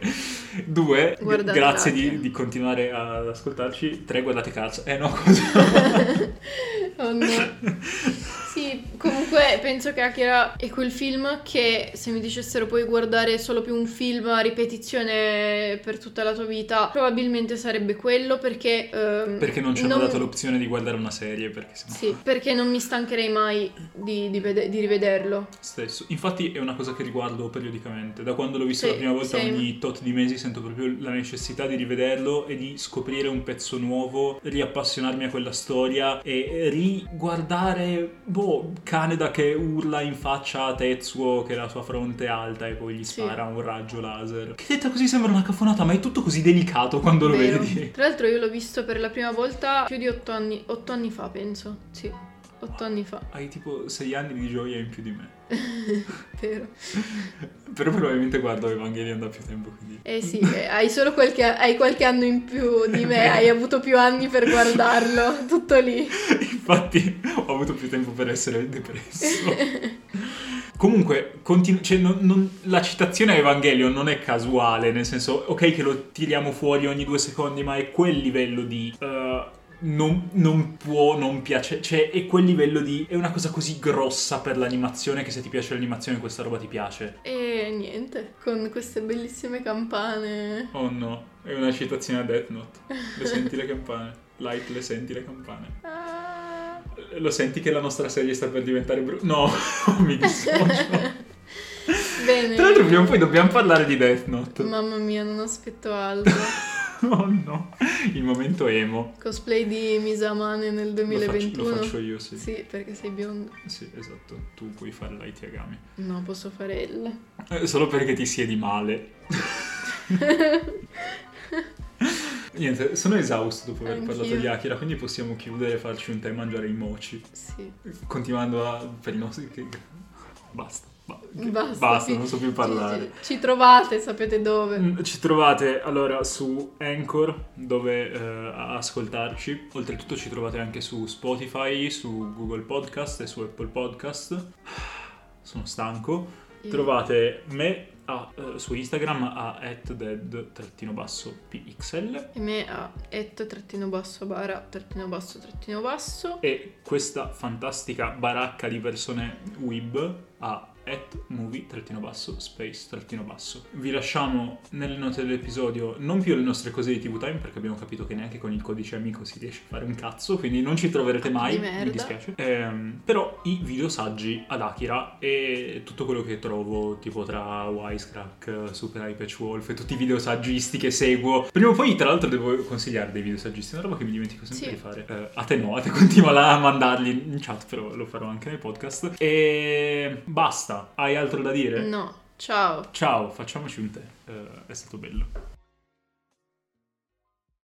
Due, g- Guardate grazie Dracula. di, di continuare ad ascoltarci. Tre, guardate cazzo. Eh no, cosa? Oh no. Sì, comunque penso che Akira è quel film che se mi dicessero puoi guardare solo più un film a ripetizione per tutta la tua vita, probabilmente sarebbe quello, perché... ehm, Perché non ci hanno non- dato l'opzione di guardare una serie, perché sennò... Sì, perché non mi stancherei mai di, di vede- di rivederlo. Stesso. Infatti è una cosa che riguardo periodicamente. Da quando l'ho visto Sì, la prima volta, same. ogni tot di mesi sento proprio la necessità di rivederlo e di scoprire un pezzo nuovo, riappassionarmi a quella storia e riguardare, boh, Kaneda che urla in faccia a Tetsuo che la sua fronte è alta e poi gli Sì. spara un raggio laser. Che detta così sembra una cafonata, ma è tutto così delicato quando lo Vero. vedi. Tra l'altro io l'ho visto per la prima volta più di otto anni, otto anni fa, penso. Sì, otto anni fa. Hai tipo sei anni di gioia in più di me. Vero. Però probabilmente guardo Evangelion da più tempo, quindi... Eh sì, eh, hai solo qualche, hai qualche anno in più di me, hai avuto più anni per guardarlo, tutto lì. Infatti ho avuto più tempo per essere depresso. Comunque, continu- cioè, non- non- la citazione a Evangelion non è casuale, nel senso, ok che lo tiriamo fuori ogni due secondi, ma è quel livello di... uh, non, non può non piacere, cioè è quel livello di... è una cosa così grossa per l'animazione che se ti piace l'animazione questa roba ti piace. E niente, con queste bellissime campane. Oh no, è una citazione a Death Note. Le senti le campane? Light, le senti le campane? Ah. Lo senti che la nostra serie sta per diventare brutta? No, mi dissocio. Bene. Tra l'altro prima o poi dobbiamo parlare di Death Note. Mamma mia, non aspetto altro. Oh no, il momento emo. Cosplay di Misamane nel duemilaventuno. Lo faccio, lo faccio io, sì. Sì, perché sei biondo. Sì, esatto. Tu puoi fare Light Yagami. No, posso fare L. Eh, solo perché ti siedi male. Niente, sono esausto dopo aver Anch'io. parlato di Akira, quindi possiamo chiudere e farci un tè e mangiare i mochi. Sì. Continuando a... per i nostri... che- Basta. ba- che- Basta, Basta, sì. non so più parlare. Ci, ci trovate, sapete dove. Mm, Ci trovate allora su Anchor dove eh, ascoltarci, oltretutto ci trovate anche su Spotify, su Google Podcast e su Apple Podcast. Sono stanco. Io- Trovate me a, eh, su Instagram a at dead trattino basso pixel E me a et trattino basso bara trattino basso trattino basso. e questa fantastica baracca di persone web a at movie trattino basso space trattino basso. Vi lasciamo nelle note dell'episodio non più le nostre cose di T V Time perché abbiamo capito che neanche con il codice amico si riesce a fare un cazzo, quindi non ci troverete mai, Di merda. mi dispiace. Ehm, però i video saggi ad Akira e tutto quello che trovo tipo tra Wisecrack, Super Eye Patch Wolf e tutti i video saggisti che seguo. Prima o poi tra l'altro devo consigliare dei video saggisti, una roba che mi dimentico sempre Sì. di fare. Eh, a te no, a te continua là a mandarli in chat, però lo farò anche nel podcast. E basta. Hai altro da dire? No, ciao. Ciao, facciamoci un tè. Eh, è stato bello.